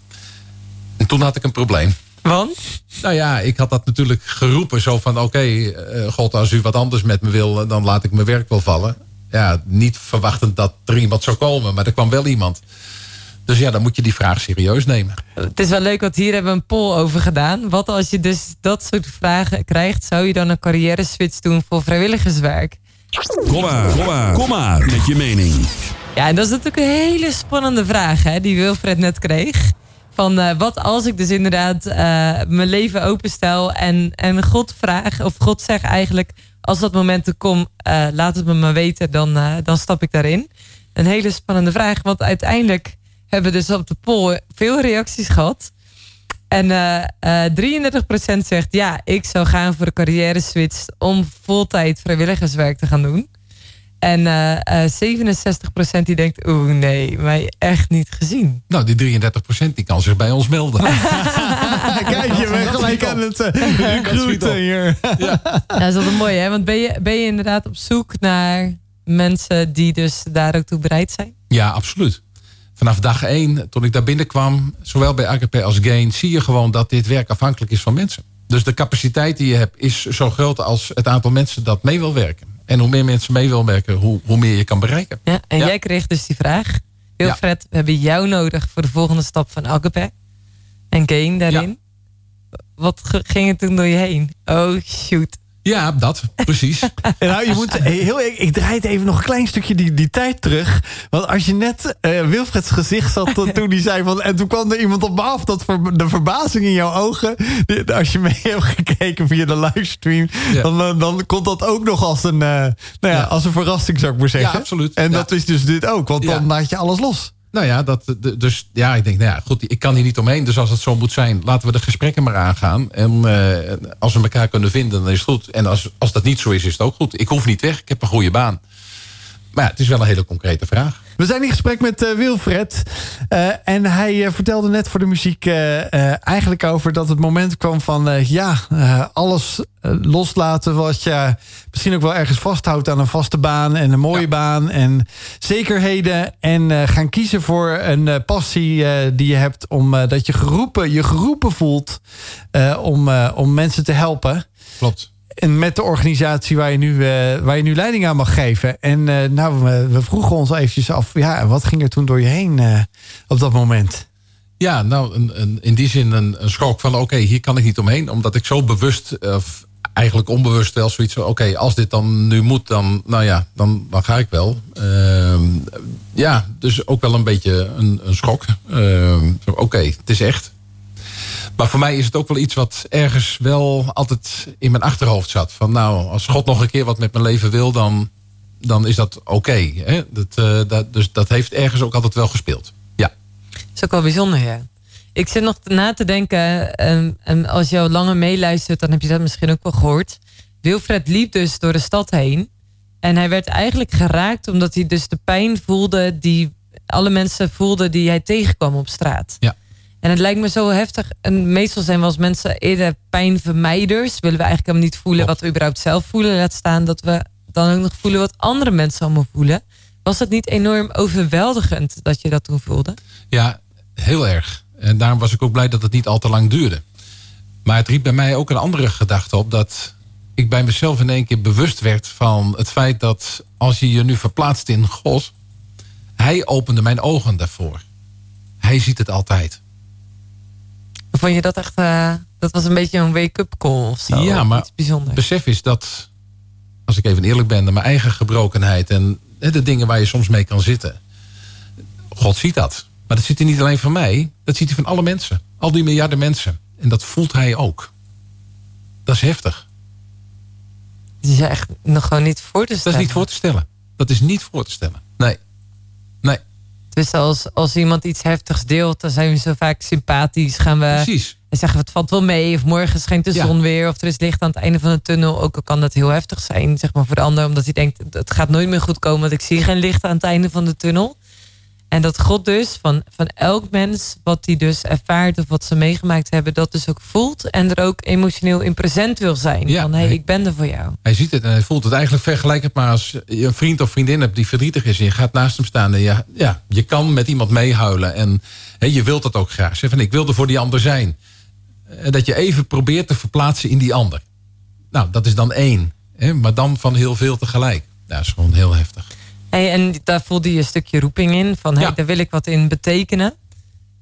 En toen had ik een probleem. Want? Nou ja, ik had dat natuurlijk geroepen. Zo van, oké, okay, uh, God, als u wat anders met me wil, dan laat ik mijn werk wel vallen. Ja, niet verwachtend dat er iemand zou komen, maar er kwam wel iemand. Dus ja, dan moet je die vraag serieus nemen. Het is wel leuk, want hier hebben we een poll over gedaan. Wat als je dus dat soort vragen krijgt, zou je dan een carrière switch doen voor vrijwilligerswerk? Kom maar, kom maar, kom maar met je mening. Ja, en dat is natuurlijk een hele spannende vraag, hè, die Wilfred net kreeg. Van uh, wat als ik dus inderdaad uh, mijn leven openstel en, en God vraag, of God zegt eigenlijk, als dat moment er komt, uh, laat het me maar weten, dan, uh, dan stap ik daarin. Een hele spannende vraag, want uiteindelijk hebben we dus op de poll veel reacties gehad. En uh, uh, drieëndertig procent zegt, ja, ik zou gaan voor de carrière switch om voltijd vrijwilligerswerk te gaan doen. En uh, uh, zevenenzestig procent die denkt, oeh nee, mij echt niet gezien. Nou, die drieëndertig procent die kan zich bij ons melden. Kijk, je bent gelijk aan het uh, recruiten hier. Ja. Ja, dat is altijd mooi, hè? Want ben je, ben je inderdaad op zoek naar mensen die dus daar ook toe bereid zijn? Ja, absoluut. Vanaf dag één, toen ik daar binnenkwam, zowel bij Agape als Gain, zie je gewoon dat dit werk afhankelijk is van mensen. Dus de capaciteit die je hebt is zo groot als het aantal mensen dat mee wil werken. En hoe meer mensen mee wil werken, hoe, hoe meer je kan bereiken. Ja, en ja. jij kreeg dus die vraag. Wilfred, ja. we hebben jou nodig voor de volgende stap van Agape. En Gain daarin. Ja. Wat ging er toen door je heen? Oh, shoot. Ja, dat, precies. Nou, je moet heel, ik, ik draai het even nog een klein stukje die, die tijd terug. Want als je net uh, Wilfreds gezicht zat toen hij zei van, en toen kwam er iemand op me af, dat ver, de verbazing in jouw ogen, als je mee hebt gekeken via de livestream, ja. dan, dan komt dat ook nog als een, uh, nou ja, ja. als een verrassing, zou ik maar zeggen. Ja, absoluut. En ja. dat is dus dit ook, want dan ja. laat je alles los. Nou ja, dat, dus ja, ik denk, nou ja, goed, ik kan hier niet omheen. Dus als het zo moet zijn, laten we de gesprekken maar aangaan. En uh, als we elkaar kunnen vinden, dan is het goed. En als, als dat niet zo is, is het ook goed. Ik hoef niet weg, ik heb een goede baan. Maar ja, het is wel een hele concrete vraag. We zijn in gesprek met uh, Wilfred. Uh, en hij uh, vertelde net voor de muziek uh, uh, eigenlijk over dat het moment kwam van uh, ja, uh, alles uh, loslaten wat je misschien ook wel ergens vasthoudt aan een vaste baan en een mooie ja. baan en zekerheden. En uh, gaan kiezen voor een uh, passie uh, die je hebt om uh, dat je geroepen, je geroepen voelt uh, om, uh, om mensen te helpen. Klopt. En met de organisatie waar je nu, uh, waar je nu leiding aan mag geven. En uh, nou, we, we vroegen ons eventjes af, ja, wat ging er toen door je heen uh, op dat moment? Ja, nou, een, een, in die zin een, een schok van, oké, okay, hier kan ik niet omheen. Omdat ik zo bewust, of eigenlijk onbewust wel zoiets van, oké, okay, als dit dan nu moet, dan, nou ja, dan, dan ga ik wel. Uh, ja, dus ook wel een beetje een, een schok. Uh, oké, okay, het is echt. Maar voor mij is het ook wel iets wat ergens wel altijd in mijn achterhoofd zat. Van nou, als God nog een keer wat met mijn leven wil, dan, dan is dat oké. Okay, dat, uh, dat, dus dat heeft ergens ook altijd wel gespeeld. Ja. Dat is ook wel bijzonder, ja. Ik zit nog na te denken, en, en als je al langer meeluistert, dan heb je dat misschien ook wel gehoord. Wilfred liep dus door de stad heen. En hij werd eigenlijk geraakt omdat hij dus de pijn voelde die alle mensen voelden die hij tegenkwam op straat. Ja. En het lijkt me zo heftig. En meestal zijn we als mensen eerder pijnvermijders. Willen we eigenlijk helemaal niet voelen wat we überhaupt zelf voelen. Laat staan dat we dan ook nog voelen wat andere mensen allemaal voelen. Was het niet enorm overweldigend dat je dat toen voelde? Ja, heel erg. En daarom was ik ook blij dat het niet al te lang duurde. Maar het riep bij mij ook een andere gedachte op. Dat ik bij mezelf in één keer bewust werd van het feit dat als je je nu verplaatst in God. Hij opende mijn ogen daarvoor. Hij ziet het altijd. Vond je dat echt, uh, dat was een beetje een wake-up call of zo? Ja, maar iets bijzonders. Besef is dat, als ik even eerlijk ben, mijn eigen gebrokenheid en de dingen waar je soms mee kan zitten. God ziet dat. Maar dat ziet hij niet alleen van mij, dat ziet hij van alle mensen. Al die miljarden mensen. En dat voelt hij ook. Dat is heftig. Dat is echt nog gewoon niet voor te stellen. Dat is niet voor te stellen. Dat is niet voor te stellen. Nee. Nee. Dus als, als iemand iets heftigs deelt, dan zijn we zo vaak sympathisch. Gaan we Precies. En zeggen we het valt wel mee. Of morgen schijnt de ja. zon weer. Of er is licht aan het einde van de tunnel. Ook al kan dat heel heftig zijn, zeg maar, voor de ander. Omdat hij denkt, het gaat nooit meer goed komen. Want ik zie geen licht aan het einde van de tunnel. En dat God dus van, van elk mens wat hij dus ervaart of wat ze meegemaakt hebben, dat dus ook voelt. En er ook emotioneel in present wil zijn. Ja, van hé, hey, hij, ik ben er voor jou. Hij ziet het en hij voelt het. Eigenlijk vergelijk het maar als je een vriend of vriendin hebt die verdrietig is. En je gaat naast hem staan en je, ja, je kan met iemand meehuilen. En he, je wilt dat ook graag. Zeg van, ik wil er voor die ander zijn. En dat je even probeert te verplaatsen in die ander. Nou, dat is dan één. Hè, maar dan van heel veel tegelijk. Ja, dat is gewoon heel heftig. Hey, en daar voelde je een stukje roeping in. Van hey, ja. daar wil ik wat in betekenen.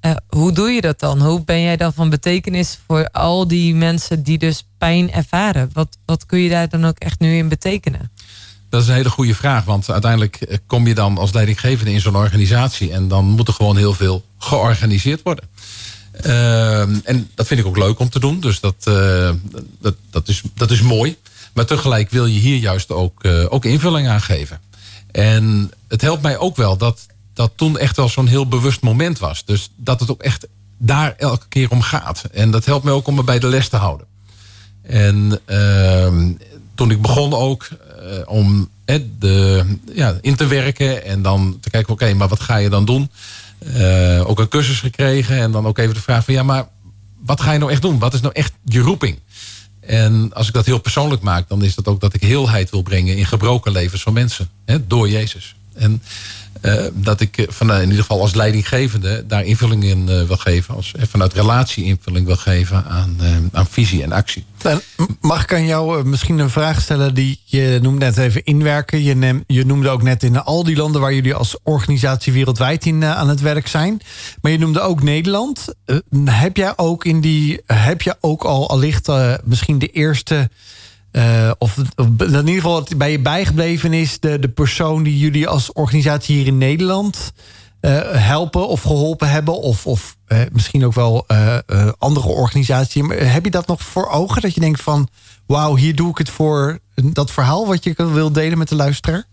uh, hoe doe je dat dan? Hoe ben jij dan van betekenis voor al die mensen die dus pijn ervaren? Wat, wat kun je daar dan ook echt nu in betekenen? Dat is een hele goede vraag. Want uiteindelijk kom je dan als leidinggevende in zo'n organisatie. En dan moet er gewoon heel veel georganiseerd worden. Uh, en dat vind ik ook leuk om te doen. Dus dat, uh, dat, dat, is, dat is mooi. Maar tegelijk wil je hier juist ook, uh, ook invulling aan geven. En het helpt mij ook wel dat dat toen echt wel zo'n heel bewust moment was. Dus dat het ook echt daar elke keer om gaat. En dat helpt mij ook om me bij de les te houden. En uh, toen ik begon ook uh, om uh, de, ja, in te werken. En dan te kijken, oké, okay, maar wat ga je dan doen? Uh, ook een cursus gekregen. En dan ook even de vraag van, ja, maar wat ga je nou echt doen? Wat is nou echt je roeping? En als ik dat heel persoonlijk maak, dan is dat ook dat ik heelheid wil brengen in gebroken levens van mensen. Hè, door Jezus. En uh, dat ik van, in ieder geval als leidinggevende daar invulling in uh, wil geven. Als, uh, vanuit relatie invulling wil geven aan, uh, aan visie en actie. Mag ik aan jou uh, misschien een vraag stellen? Die je noemde net even inwerken. Je, neem, je noemde ook net in al die landen waar jullie als organisatie wereldwijd in uh, aan het werk zijn. Maar je noemde ook Nederland. Uh, heb jij ook in die, heb je ook al allicht uh, misschien de eerste... Uh, of, of in ieder geval wat bij je bijgebleven is... de, de persoon die jullie als organisatie hier in Nederland uh, helpen of geholpen hebben... of, of uh, misschien ook wel uh, uh, andere organisaties. Heb je dat nog voor ogen? Dat je denkt van, wauw, hier doe ik het voor dat verhaal... wat je wil delen met de luisteraar?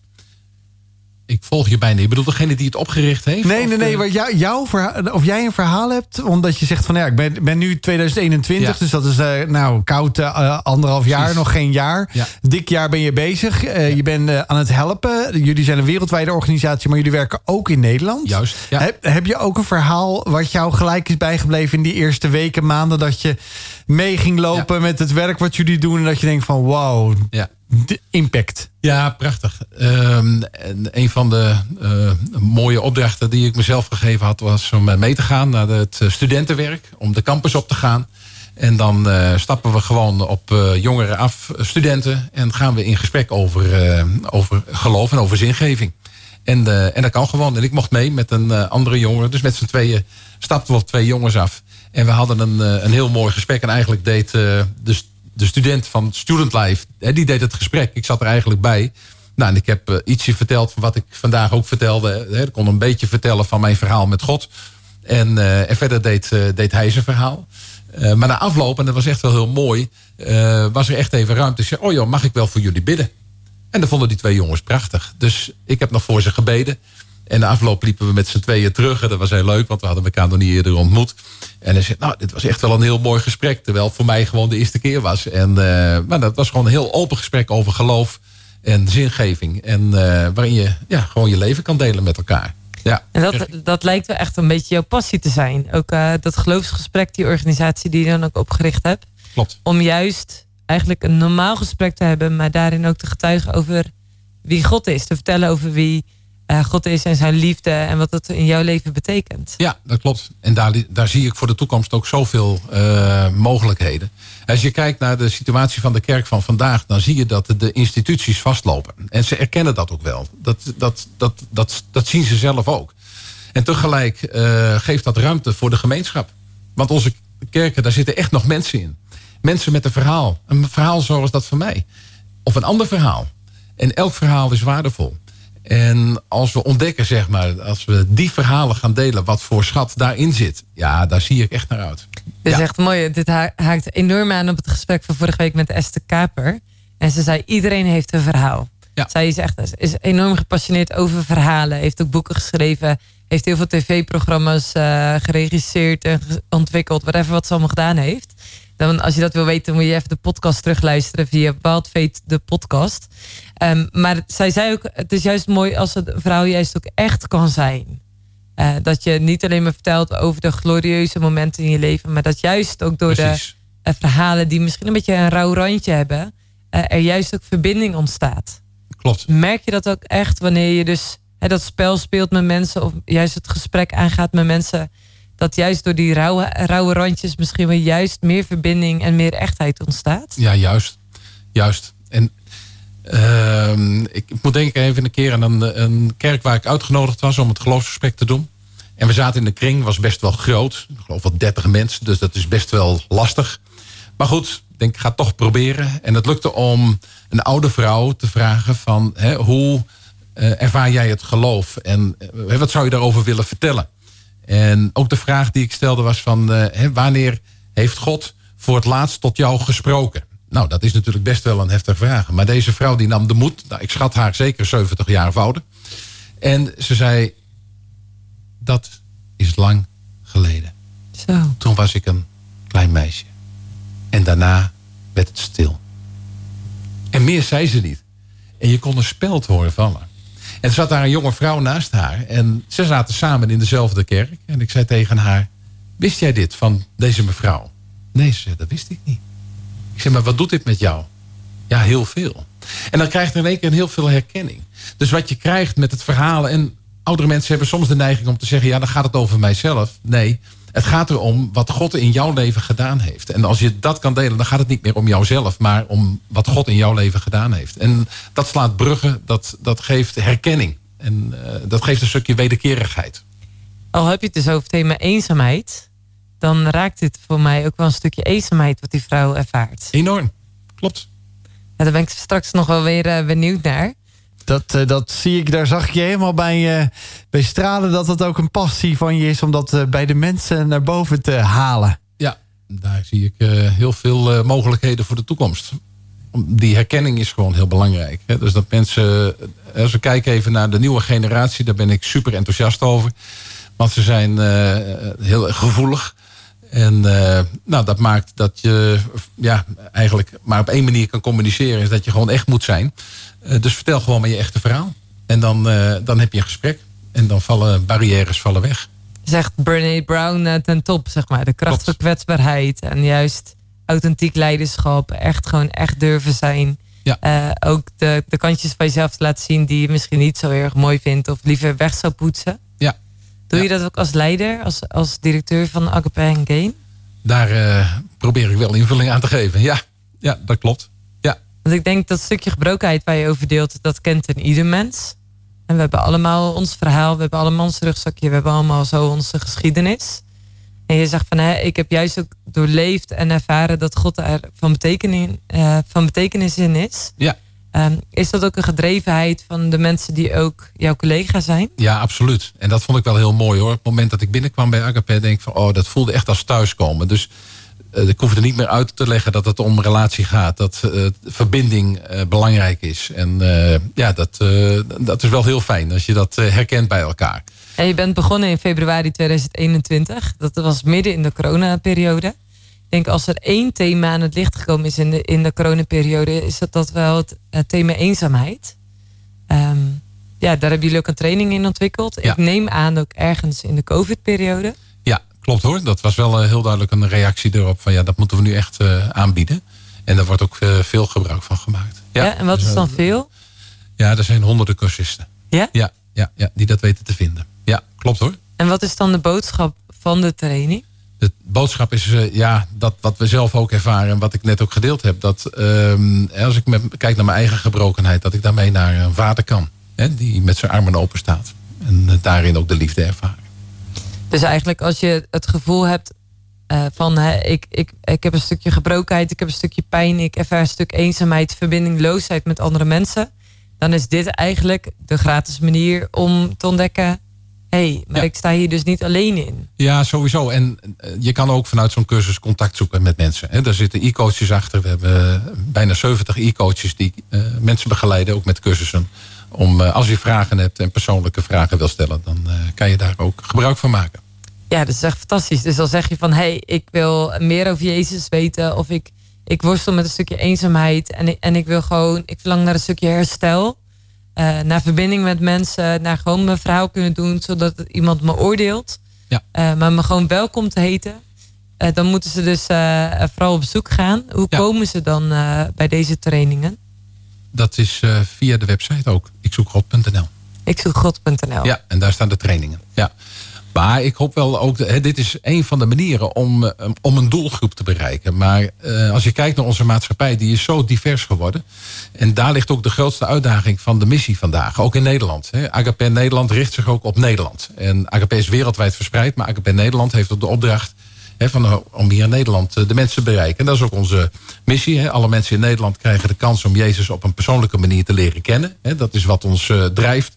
Ik volg je bijna. Je bedoelt degene die het opgericht heeft? Nee, nee, nee. Waar jou, jouw verhaal, of jij een verhaal hebt, omdat je zegt van ja, ik ben, ben nu tweeduizend eenentwintig, ja. Dus dat is uh, nou koud uh, anderhalf jaar, Precies. nog geen jaar. Ja. Dik jaar ben je bezig. Uh, ja. Je bent uh, aan het helpen. Jullie zijn een wereldwijde organisatie, maar jullie werken ook in Nederland. Juist. Ja. Heb, heb je ook een verhaal wat jou gelijk is bijgebleven in die eerste weken, maanden dat je mee ging lopen ja. met het werk wat jullie doen en dat je denkt van wauw. Ja. De impact. Ja, prachtig. Um, en een van de uh, mooie opdrachten die ik mezelf gegeven had... was om mee te gaan naar het studentenwerk. Om de campus op te gaan. En dan uh, stappen we gewoon op uh, jongeren af, studenten... en gaan we in gesprek over, uh, over geloof en over zingeving. En, uh, en dat kan gewoon. En ik mocht mee met een uh, andere jongere. Dus met z'n tweeën stapten we op twee jongens af. En we hadden een, uh, een heel mooi gesprek. En eigenlijk deed uh, de De student van Student Life, die deed het gesprek. Ik zat er eigenlijk bij. Nou, en ik heb uh, ietsje verteld van wat ik vandaag ook vertelde. Ik kon een beetje vertellen van mijn verhaal met God. En, uh, en verder deed, uh, deed hij zijn verhaal. Uh, maar na afloop, en dat was echt wel heel mooi... Uh, was er echt even ruimte. Ik zei, oh joh, mag ik wel voor jullie bidden? En dat vonden die twee jongens prachtig. Dus ik heb nog voor ze gebeden. En na afloop liepen we met z'n tweeën terug. En dat was heel leuk, want we hadden elkaar nog niet eerder ontmoet. En hij zei, nou, dit was echt wel een heel mooi gesprek. Terwijl het voor mij gewoon de eerste keer was. En, uh, maar dat was gewoon een heel open gesprek over geloof en zingeving. En uh, waarin je ja, gewoon je leven kan delen met elkaar. Ja. En dat, dat lijkt wel echt een beetje jouw passie te zijn. Ook uh, dat geloofsgesprek, die organisatie die je dan ook opgericht hebt. Klopt. Om juist eigenlijk een normaal gesprek te hebben, maar daarin ook te getuigen over wie God is. Te vertellen over wie uh, God is en zijn liefde en wat dat in jouw leven betekent. Ja, dat klopt. En daar, daar zie ik voor de toekomst ook zoveel uh, mogelijkheden. Als je kijkt naar de situatie van de kerk van vandaag, dan zie je dat de instituties vastlopen. En ze erkennen dat ook wel. Dat, dat, dat, dat, dat zien ze zelf ook. En tegelijk uh, geeft dat ruimte voor de gemeenschap. Want onze kerken, daar zitten echt nog mensen in. Mensen met een verhaal. Een verhaal zoals dat van mij. Of een ander verhaal. En elk verhaal is waardevol. En als we ontdekken, zeg maar, als we die verhalen gaan delen, wat voor schat daarin zit. Ja, daar zie ik echt naar uit. Dit is ja. echt mooi. Dit haakt enorm aan op het gesprek van vorige week met Esther Kaper. En ze zei, iedereen heeft een verhaal. Ja. Zij is echt is enorm gepassioneerd over verhalen. Heeft ook boeken geschreven. Heeft heel veel tv-programma's uh, geregisseerd en ontwikkeld. Whatever wat ze allemaal gedaan heeft. Dan, als je dat wil weten, moet je even de podcast terugluisteren via Wild Fate, de podcast. Um, maar zij zei ook, het is juist mooi als het verhaal juist ook echt kan zijn. Uh, dat je niet alleen maar vertelt over de glorieuze momenten in je leven, maar dat juist ook door Precies. de uh, verhalen die misschien een beetje een rauw randje hebben, uh, er juist ook verbinding ontstaat. Klopt. Merk je dat ook echt wanneer je dus uh, dat spel speelt met mensen of juist het gesprek aangaat met mensen, dat juist door die rauwe, rauwe randjes misschien wel juist meer verbinding en meer echtheid ontstaat? Ja, juist. Juist. En uh, ik moet denken even een keer aan een, een kerk waar ik uitgenodigd was om het geloofsgesprek te doen. En we zaten in de kring, was best wel groot. Ik geloof wel dertig mensen, dus dat is best wel lastig. Maar goed, ik denk, ik ga het toch proberen. En het lukte om een oude vrouw te vragen van... Hè, hoe uh, ervaar jij het geloof? En uh, wat zou je daarover willen vertellen? En ook de vraag die ik stelde was van... Uh, hè, wanneer heeft God voor het laatst tot jou gesproken? Nou, dat is natuurlijk best wel een heftige vraag. Maar deze vrouw die nam de moed. Nou, ik schat haar zeker zeventig jaar of ouder. En ze zei... Dat is lang geleden. Zo. Toen was ik een klein meisje. En daarna werd het stil. En meer zei ze niet. En je kon een speld horen vallen. En er zat daar een jonge vrouw naast haar. En ze zaten samen in dezelfde kerk. En ik zei tegen haar... Wist jij dit van deze mevrouw? Nee, ze zei, dat wist ik niet. Ik zei, maar wat doet dit met jou? Ja, heel veel. En dan krijg je in één keer heel veel herkenning. Dus wat je krijgt met het verhalen... en oudere mensen hebben soms de neiging om te zeggen... ja, dan gaat het over mijzelf. Nee, het gaat erom wat God in jouw leven gedaan heeft. En als je dat kan delen, dan gaat het niet meer om jouzelf... maar om wat God in jouw leven gedaan heeft. En dat slaat bruggen, dat, dat geeft herkenning. En uh, dat geeft een stukje wederkerigheid. Al heb je het dus over het thema eenzaamheid... dan raakt dit voor mij ook wel een stukje eenzaamheid... wat die vrouw ervaart. Enorm, klopt. Ja, daar ben ik straks nog wel weer uh, benieuwd naar... Dat, uh, dat zie ik, daar zag ik je helemaal bij, uh, bij stralen... dat het ook een passie van je is om dat uh, bij de mensen naar boven te halen. Ja, daar zie ik uh, heel veel uh, mogelijkheden voor de toekomst. Die herkenning is gewoon heel belangrijk. Hè? Dus dat mensen, als we kijken even naar de nieuwe generatie... daar ben ik super enthousiast over. Want ze zijn uh, heel gevoelig. En uh, nou, dat maakt dat je ja, eigenlijk maar op één manier kan communiceren... is dat je gewoon echt moet zijn... Uh, dus vertel gewoon maar je echte verhaal. En dan, uh, dan heb je een gesprek. En dan vallen barrières vallen weg. Zegt Brené Brown uh, ten top, zeg maar. De kracht van kwetsbaarheid. En juist authentiek leiderschap. Echt gewoon echt durven zijn. Ja. Uh, ook de, de kantjes van jezelf te laten zien... die je misschien niet zo erg mooi vindt. Of liever weg zou poetsen. Ja. Doe ja. je dat ook als leider? Als, als directeur van Agape en Gain? Daar uh, probeer ik wel invulling aan te geven. Ja, ja dat klopt. Want ik denk dat stukje gebrokenheid waar je over deelt... dat kent een ieder mens. En we hebben allemaal ons verhaal. We hebben allemaal ons rugzakje. We hebben allemaal zo onze geschiedenis. En je zegt van... Hè, ik heb juist ook doorleefd en ervaren... dat God er van betekenis, uh, van betekenis in is. Ja. Um, is dat ook een gedrevenheid van de mensen... die ook jouw collega zijn? Ja, absoluut. En dat vond ik wel heel mooi hoor. Op het moment dat ik binnenkwam bij Agape... denk ik van, oh, dat voelde echt als thuiskomen. Dus... Uh, ik hoef er niet meer uit te leggen dat het om relatie gaat. Dat uh, verbinding uh, belangrijk is. En uh, ja, dat, uh, dat is wel heel fijn als je dat uh, herkent bij elkaar. En je bent begonnen in februari tweeduizend eenentwintig. Dat was midden in de coronaperiode. Ik denk als er één thema aan het licht gekomen is in de, in de coronaperiode... is dat, dat wel het uh, thema eenzaamheid. Um, ja, daar hebben jullie ook een training in ontwikkeld. Ja. Ik neem aan ook ergens in de COVID-periode... Klopt hoor, dat was wel uh, heel duidelijk een reactie erop van ja, dat moeten we nu echt uh, aanbieden. En daar wordt ook uh, veel gebruik van gemaakt. Ja, ja en wat is dan veel? Ja, er zijn honderden cursisten. Ja? Ja, ja, ja, die dat weten te vinden. Ja, klopt hoor. En wat is dan de boodschap van de training? De boodschap is uh, ja, dat wat we zelf ook ervaren en wat ik net ook gedeeld heb. Dat uh, als ik met, kijk naar mijn eigen gebrokenheid, dat ik daarmee naar een vader kan. Hè, die met zijn armen open staat. En uh, daarin ook de liefde ervaren. Dus eigenlijk als je het gevoel hebt uh, van hè, ik, ik, ik heb een stukje gebrokenheid, ik heb een stukje pijn, ik ervaar een stuk eenzaamheid, verbindingloosheid met andere mensen, dan is dit eigenlijk de gratis manier om te ontdekken, hé, hey, maar ja. ik sta hier dus niet alleen in. Ja, sowieso. En uh, je kan ook vanuit zo'n cursus contact zoeken met mensen. Hè. Daar zitten e-coaches achter. We hebben bijna zeventig e-coaches die uh, mensen begeleiden, ook met cursussen. Om, uh, als je vragen hebt en persoonlijke vragen wil stellen... dan uh, kan je daar ook gebruik van maken. Ja, dat is echt fantastisch. Dus dan zeg je van... hé, hey, ik wil meer over Jezus weten... of ik, ik worstel met een stukje eenzaamheid... en ik, en ik wil gewoon... ik verlang naar een stukje herstel... Uh, naar verbinding met mensen... naar gewoon mijn verhaal kunnen doen... zodat iemand me oordeelt... Ja. Uh, maar me gewoon welkom te heten... Uh, dan moeten ze dus uh, vooral op zoek gaan. Hoe ja. komen ze dan uh, bij deze trainingen? Dat is uh, via de website ook. ik zoek god punt n l. ik zoek god punt n l. Ja, en daar staan de trainingen. Ja. Maar ik hoop wel ook, hè, dit is een van de manieren om, om een doelgroep te bereiken. Maar uh, als je kijkt naar onze maatschappij, die is zo divers geworden. En daar ligt ook de grootste uitdaging van de missie vandaag. Ook in Nederland. Hè. Agape Nederland richt zich ook op Nederland. En Agape is wereldwijd verspreid, maar Agape Nederland heeft ook de opdracht He, van, om hier in Nederland de mensen te bereiken. En dat is ook onze missie. He. Alle mensen in Nederland krijgen de kans om Jezus op een persoonlijke manier te leren kennen. He, dat is wat ons uh, drijft.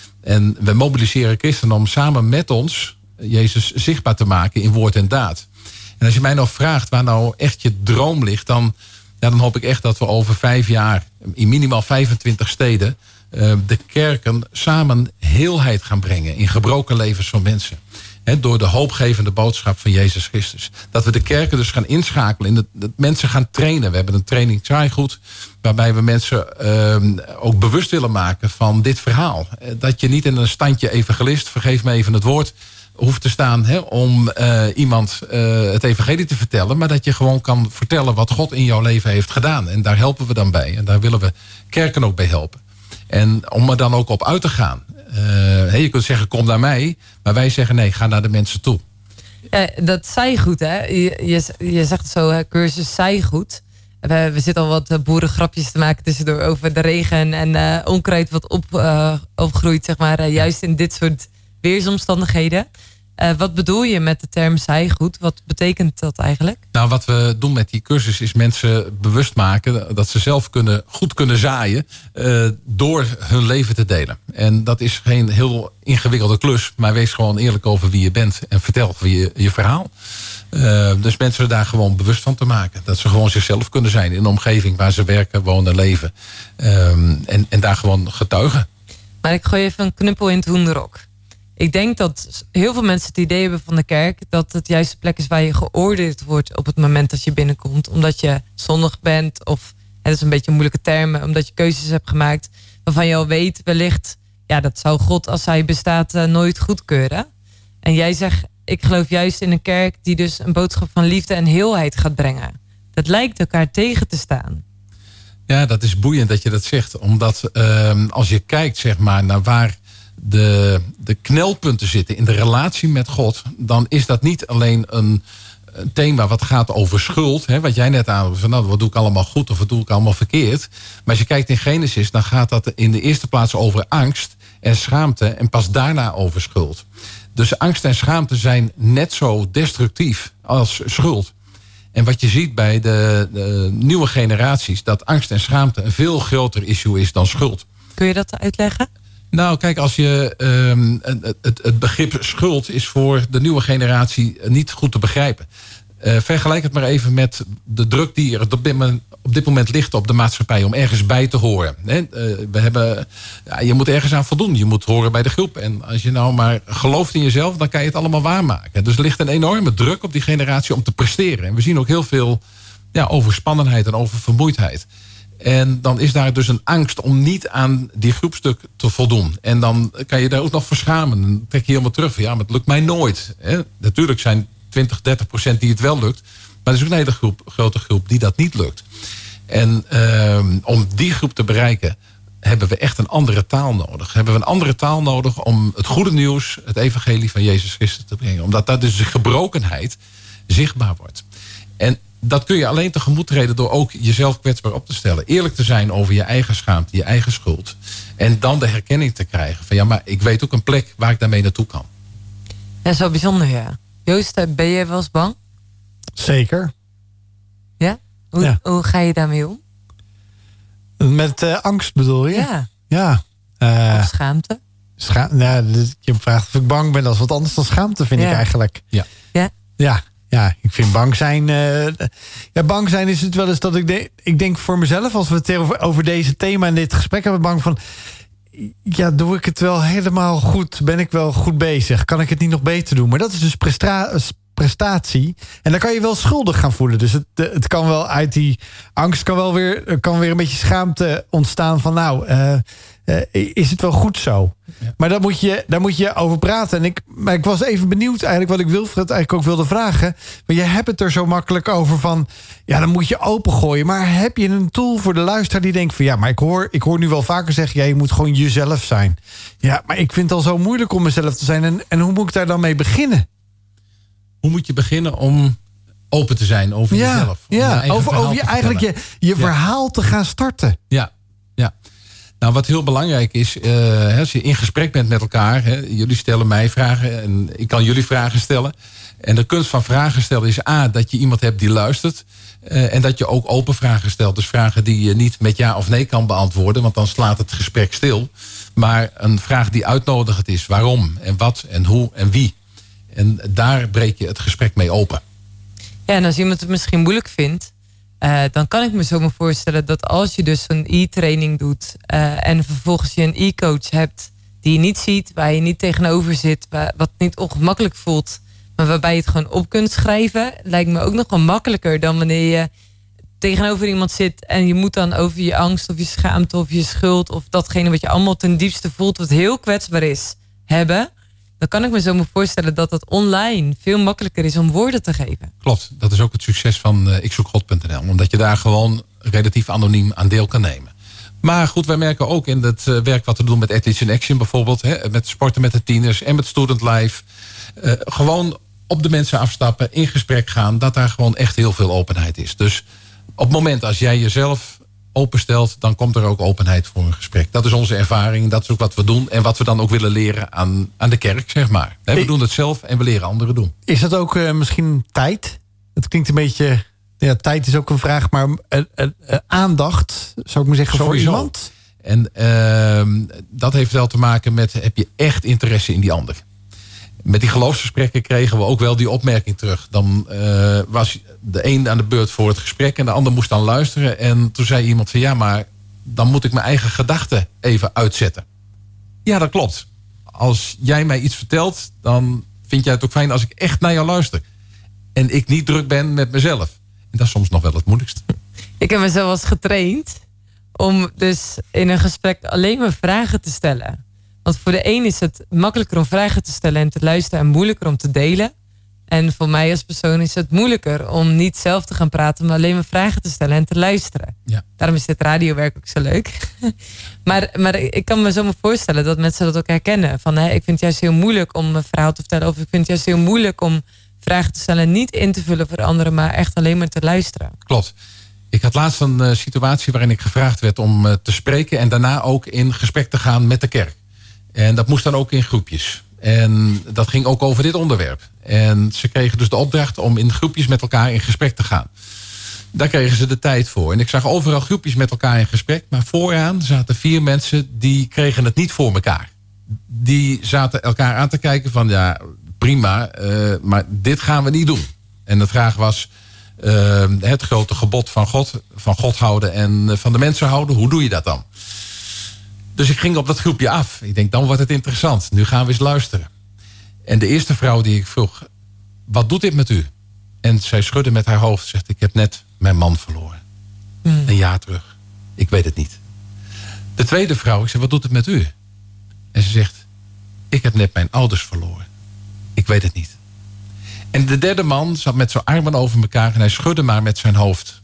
En we mobiliseren christenen om samen met ons Jezus zichtbaar te maken in woord en daad. En als je mij nou vraagt waar nou echt je droom ligt, dan, ja, dan hoop ik echt dat we over vijf jaar in minimaal vijfentwintig steden uh, de kerken samen heelheid gaan brengen in gebroken levens van mensen. He, door de hoopgevende boodschap van Jezus Christus. Dat we de kerken dus gaan inschakelen. In de, de mensen gaan trainen. We hebben een training Zaaigoed. Waarbij we mensen uh, ook bewust willen maken van dit verhaal. Dat je niet in een standje evangelist, vergeef me even het woord, hoeft te staan he, om uh, iemand uh, het evangelie te vertellen. Maar dat je gewoon kan vertellen wat God in jouw leven heeft gedaan. En daar helpen we dan bij. En daar willen we kerken ook bij helpen. En om er dan ook op uit te gaan. Uh, hey, je kunt zeggen, kom naar mij. Maar wij zeggen, nee, ga naar de mensen toe. Ja, dat zei goed, hè? Je, je, je zegt zo, hè, cursus zei goed. We, we zitten al wat boerengrapjes te maken tussendoor over de regen en uh, onkruid wat op, uh, opgroeit, zeg maar. Uh, juist in dit soort weersomstandigheden. Uh, wat bedoel je met de term zaaigoed? Wat betekent dat eigenlijk? Nou, wat we doen met die cursus is mensen bewust maken dat ze zelf kunnen, goed kunnen zaaien uh, door hun leven te delen. En dat is geen heel ingewikkelde klus, maar wees gewoon eerlijk over wie je bent en vertel je, je verhaal. Uh, dus mensen daar gewoon bewust van te maken. Dat ze gewoon zichzelf kunnen zijn in de omgeving waar ze werken, wonen, leven. Um, en, en daar gewoon getuigen. Maar ik gooi even een knuppel in het hoenderok. Ik denk dat heel veel mensen het idee hebben van de kerk dat het juist de plek is waar je geoordeeld wordt op het moment dat je binnenkomt. Omdat je zondig bent of, het is een beetje een moeilijke term, omdat je keuzes hebt gemaakt waarvan je al weet wellicht, ja, dat zou God als hij bestaat uh, nooit goedkeuren. En jij zegt, ik geloof juist in een kerk die dus een boodschap van liefde en heelheid gaat brengen. Dat lijkt elkaar tegen te staan. Ja, dat is boeiend dat je dat zegt. Omdat uh, als je kijkt zeg maar naar waar de, de knelpunten zitten in de relatie met God, dan is dat niet alleen een, een thema wat gaat over schuld. Hè, wat jij net aan van nou, wat doe ik allemaal goed of wat doe ik allemaal verkeerd. Maar als je kijkt in Genesis, dan gaat dat in de eerste plaats over angst en schaamte en pas daarna over schuld. Dus angst en schaamte zijn net zo destructief als schuld. En wat je ziet bij de, de nieuwe generaties, dat angst en schaamte een veel groter issue is dan schuld. Kun je dat uitleggen? Nou, kijk, als je um, het, het begrip schuld is voor de nieuwe generatie niet goed te begrijpen. Uh, vergelijk het maar even met de druk die er op dit moment, op dit moment ligt op de maatschappij om ergens bij te horen. He, uh, we hebben, ja, je moet ergens aan voldoen. Je moet horen bij de groep. En als je nou maar gelooft in jezelf, dan kan je het allemaal waarmaken. Dus er ligt een enorme druk op die generatie om te presteren. En we zien ook heel veel ja, overspannenheid en oververmoeidheid. En dan is daar dus een angst om niet aan die groepstuk te voldoen. En dan kan je daar ook nog voor schamen. Dan trek je helemaal terug van ja, maar het lukt mij nooit. He, natuurlijk zijn twintig, dertig procent die het wel lukt. Maar er is ook een hele groep, grote groep die dat niet lukt. En uh, om die groep te bereiken hebben we echt een andere taal nodig. Hebben we een andere taal nodig om het goede nieuws, het evangelie van Jezus Christus te brengen. Omdat daar dus de gebrokenheid zichtbaar wordt. En dat kun je alleen tegemoet treden door ook jezelf kwetsbaar op te stellen. Eerlijk te zijn over je eigen schaamte, je eigen schuld. En dan de herkenning te krijgen van ja, maar ik weet ook een plek waar ik daarmee naartoe kan. Dat is wel bijzonder, ja. Joost, ben je wel eens bang? Zeker. Ja? Hoe, ja. hoe ga je daarmee om? Met uh, angst bedoel je? Ja. Ja. Uh, of schaamte? Scha ja, je vraagt of ik bang ben. Dat is wat anders dan schaamte, vind ja. ik eigenlijk. Ja. Ja? Ja. Ja, ik vind bang zijn... Uh, ja, bang zijn is het wel eens dat ik... De, ik denk voor mezelf, als we het over, over deze thema en dit gesprek hebben, bang van... Ja, doe ik het wel helemaal goed? Ben ik wel goed bezig? Kan ik het niet nog beter doen? Maar dat is dus prestra prestatie. En dan kan je wel schuldig gaan voelen. Dus het, het kan wel uit die angst kan wel weer, kan weer een beetje schaamte ontstaan van nou, uh, uh, is het wel goed zo? Ja. Maar daar moet, je, daar moet je over praten. En ik, maar ik was even benieuwd eigenlijk wat ik Wilfred eigenlijk ook wilde vragen. Maar je hebt het er zo makkelijk over van, ja, dan moet je opengooien. Maar heb je een tool voor de luisteraar die denkt van ja, maar ik hoor, ik hoor nu wel vaker zeggen, ja, je moet gewoon jezelf zijn. Ja, maar ik vind het al zo moeilijk om mezelf te zijn. En, en hoe moet ik daar dan mee beginnen? Hoe moet je beginnen om open te zijn over ja, jezelf? Om ja, je over, over je, eigenlijk je, je ja. verhaal te gaan starten. Ja, ja. Nou, wat heel belangrijk is, uh, als je in gesprek bent met elkaar, hè, jullie stellen mij vragen en ik kan jullie vragen stellen. En de kunst van vragen stellen is A, dat je iemand hebt die luistert. Uh, en dat je ook open vragen stelt. Dus vragen die je niet met ja of nee kan beantwoorden, want dan slaat het gesprek stil. Maar een vraag die uitnodigend is. Waarom en wat en hoe en wie. En daar breek je het gesprek mee open. Ja, en als iemand het misschien moeilijk vindt, Uh, dan kan ik me zo maar voorstellen dat als je dus zo'n e-training doet Uh, en vervolgens je een e-coach hebt die je niet ziet, waar je niet tegenover zit, waar, wat niet ongemakkelijk voelt, maar waarbij je het gewoon op kunt schrijven, lijkt me ook nog wel makkelijker dan wanneer je tegenover iemand zit en je moet dan over je angst of je schaamte of je schuld of datgene wat je allemaal ten diepste voelt, wat heel kwetsbaar is, hebben. Dan kan ik me zo maar voorstellen dat het online veel makkelijker is om woorden te geven. Klopt, dat is ook het succes van uh, ikzoekgod punt n l. Omdat je daar gewoon relatief anoniem aan deel kan nemen. Maar goed, wij merken ook in het uh, werk wat we doen met Athletes in Action bijvoorbeeld. Hè, met sporten met de tieners en met Student Life. Uh, gewoon op de mensen afstappen, in gesprek gaan. Dat daar gewoon echt heel veel openheid is. Dus op het moment als jij jezelf openstelt, dan komt er ook openheid voor een gesprek. Dat is onze ervaring, dat is ook wat we doen en wat we dan ook willen leren aan, aan de kerk, zeg maar. We Ik, doen het zelf en we leren anderen doen. Is dat ook uh, misschien tijd? Het klinkt een beetje, ja, tijd is ook een vraag, maar uh, uh, uh, aandacht, zou ik maar zeggen, Sowieso. voor iemand? En uh, dat heeft wel te maken met, heb je echt interesse in die ander? Met die geloofsgesprekken kregen we ook wel die opmerking terug. Dan uh, was de een aan de beurt voor het gesprek en de ander moest dan luisteren. En toen zei iemand van ja, maar dan moet ik mijn eigen gedachten even uitzetten. Ja, dat klopt. Als jij mij iets vertelt, dan vind jij het ook fijn als ik echt naar jou luister. En ik niet druk ben met mezelf. En dat is soms nog wel het moeilijkste. Ik heb mezelf als getraind om dus in een gesprek alleen maar vragen te stellen. Want voor de een is het makkelijker om vragen te stellen en te luisteren en moeilijker om te delen. En voor mij als persoon is het moeilijker om niet zelf te gaan praten, maar alleen maar vragen te stellen en te luisteren. Ja. Daarom is dit radiowerk ook zo leuk. maar, maar ik kan me zo maar voorstellen dat mensen dat ook herkennen. Van, hè, ik vind het juist heel moeilijk om een verhaal te vertellen. Of ik vind het juist heel moeilijk om vragen te stellen en niet in te vullen voor anderen, maar echt alleen maar te luisteren. Klopt. Ik had laatst een uh, situatie waarin ik gevraagd werd om uh, te spreken en daarna ook in gesprek te gaan met de kerk. En dat moest dan ook in groepjes. En dat ging ook over dit onderwerp. En ze kregen dus de opdracht om in groepjes met elkaar in gesprek te gaan. Daar kregen ze de tijd voor. En ik zag overal groepjes met elkaar in gesprek. Maar vooraan zaten vier mensen die kregen het niet voor elkaar. Die zaten elkaar aan te kijken van ja, prima, uh, maar dit gaan we niet doen. En de vraag was uh, het grote gebod van God, van God houden en van de mensen houden. Hoe doe je dat dan? Dus ik ging op dat groepje af. Ik denk, dan wordt het interessant. Nu gaan we eens luisteren. En de eerste vrouw die ik vroeg, wat doet dit met u? En zij schudde met haar hoofd. Zegt, ik heb net mijn man verloren. Mm. Een jaar terug. Ik weet het niet. De tweede vrouw, ik zeg, wat doet het met u? En ze zegt, ik heb net mijn ouders verloren. Ik weet het niet. En de derde man zat met zijn armen over elkaar en hij schudde maar met zijn hoofd.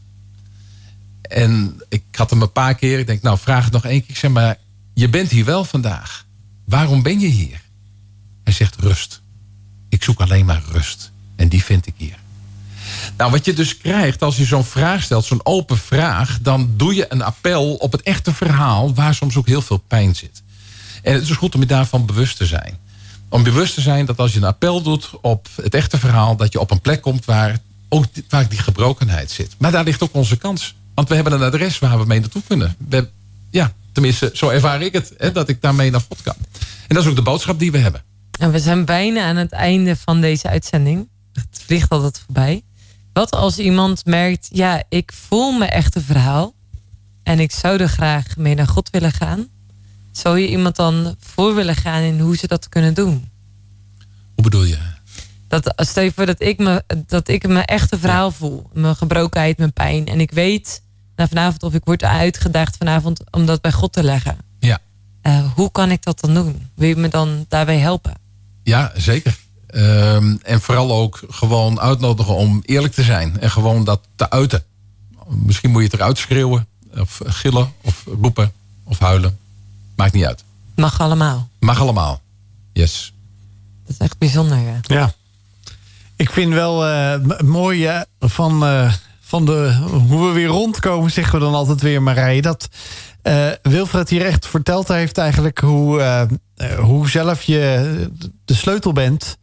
En ik had hem een paar keer, ik denk, nou vraag het nog één keer. Ik zeg, maar je bent hier wel vandaag. Waarom ben je hier? Hij zegt rust. Ik zoek alleen maar rust. En die vind ik hier. Nou, wat je dus krijgt als je zo'n vraag stelt, zo'n open vraag, dan doe je een appel op het echte verhaal waar soms ook heel veel pijn zit. En het is goed om je daarvan bewust te zijn. Om bewust te zijn dat als je een appel doet op het echte verhaal, dat je op een plek komt waar ook vaak die gebrokenheid zit. Maar daar ligt ook onze kans. Want we hebben een adres waar we mee naartoe kunnen. We, ja, tenminste, zo ervaar ik het, hè, dat ik daarmee naar God kan. En dat is ook de boodschap die we hebben. En we zijn bijna aan het einde van deze uitzending. Het vliegt altijd voorbij. Wat als iemand merkt, ja, ik voel mijn echte verhaal en ik zou er graag mee naar God willen gaan. Zou je iemand dan voor willen gaan in hoe ze dat kunnen doen? Hoe bedoel je? Dat, stel je voor dat ik, me, dat ik mijn echte verhaal voel. Mijn gebrokenheid, mijn pijn. En ik weet na vanavond of ik word uitgedaagd vanavond om dat bij God te leggen. Ja. Uh, hoe kan ik dat dan doen? Wil je me dan daarbij helpen? Ja, zeker. Um, en vooral ook gewoon uitnodigen om eerlijk te zijn. En gewoon dat te uiten. Misschien moet je het eruit schreeuwen. Of gillen. Of roepen. Of huilen. Maakt niet uit. Mag allemaal. Mag allemaal. Yes. Dat is echt bijzonder. Ja. Ja. Ik vind wel uh, mooi uh, van, uh, van de, hoe we weer rondkomen, zeggen we dan altijd weer, Marije. Dat uh, Wilfred hier echt verteld heeft eigenlijk hoe, uh, uh, hoe zelf je de sleutel bent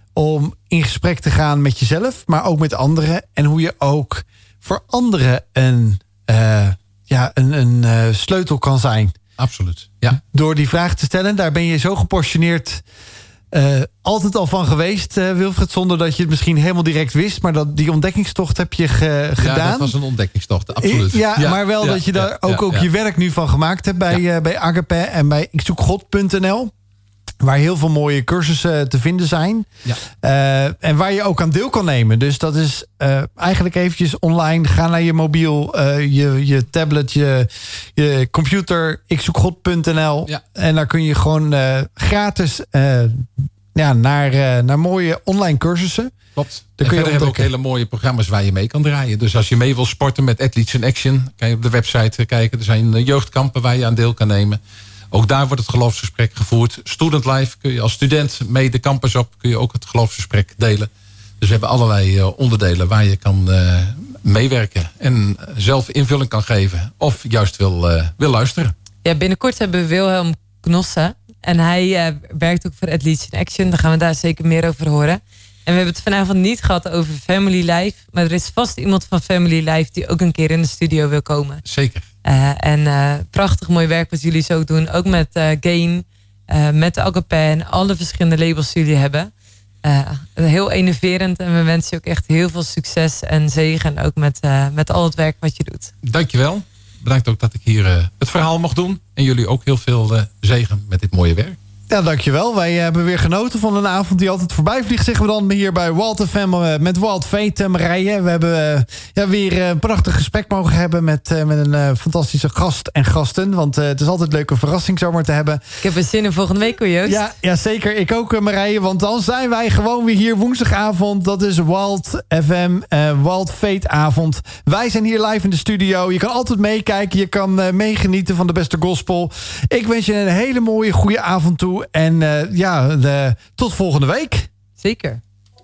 om in gesprek te gaan met jezelf, maar ook met anderen. En hoe je ook voor anderen een, uh, ja, een, een uh, sleutel kan zijn. Absoluut, ja. Door die vraag te stellen, daar ben je zo geportioneerd uh, altijd al van geweest, uh, Wilfred, zonder dat je het misschien helemaal direct wist. Maar dat, die ontdekkingstocht heb je ge, gedaan. Ja, dat was een ontdekkingstocht, absoluut. Ja, ja maar wel ja, dat je daar ja, ook, ja, ook ja. je werk nu van gemaakt hebt bij, ja. uh, bij Agape en bij ik zoek god punt n l. Waar heel veel mooie cursussen te vinden zijn. Ja. Uh, en waar je ook aan deel kan nemen. Dus dat is uh, eigenlijk eventjes online. Ga naar je mobiel, uh, je, je tablet, je, je computer. ik zoek god punt n l. Ja. En daar kun je gewoon uh, gratis uh, ja, naar, uh, naar mooie online cursussen. Klopt. Dan kun je hebben ook hele mooie programma's waar je mee kan draaien. Dus als je mee wil sporten met Athletes in Action, kan je op de website kijken. Er zijn jeugdkampen waar je aan deel kan nemen. Ook daar wordt het geloofsgesprek gevoerd. Student Life kun je als student mee de campus op. Kun je ook het geloofsgesprek delen. Dus we hebben allerlei uh, onderdelen waar je kan uh, meewerken. En zelf invulling kan geven. Of juist wil, uh, wil luisteren. Ja, binnenkort hebben we Wilhelm Knossen. En hij uh, werkt ook voor Athletes in Action. Daar gaan we daar zeker meer over horen. En we hebben het vanavond niet gehad over Family Life. Maar er is vast iemand van Family Life die ook een keer in de studio wil komen. Zeker. Uh, en uh, prachtig mooi werk wat jullie zo doen. Ook met uh, Gain, uh, met de Agape en alle verschillende labels die jullie hebben. Uh, heel enerverend en we wensen je ook echt heel veel succes en zegen. Ook met, uh, met al het werk wat je doet. Dankjewel. Bedankt ook dat ik hier uh, het verhaal mocht doen. En jullie ook heel veel uh, zegen met dit mooie werk. Ja, dankjewel. Wij hebben weer genoten van een avond die altijd voorbij vliegt, zeggen we dan hier bij Walt F M met Walt Veet, Marije. We hebben uh, ja, weer een prachtig gesprek mogen hebben met, uh, met een uh, fantastische gast en gasten. Want uh, het is altijd leuk een verrassing zomaar te hebben. Ik heb er zin in volgende week, hoor, Joost. Ja, ja, zeker. Ik ook, uh, Marije. Want dan zijn wij gewoon weer hier woensdagavond. Dat is Walt F M, uh, Walt Veet avond. Wij zijn hier live in de studio. Je kan altijd meekijken. Je kan uh, meegenieten van de beste gospel. Ik wens je een hele mooie, goede avond toe. En uh, ja, de, tot volgende week. Zeker.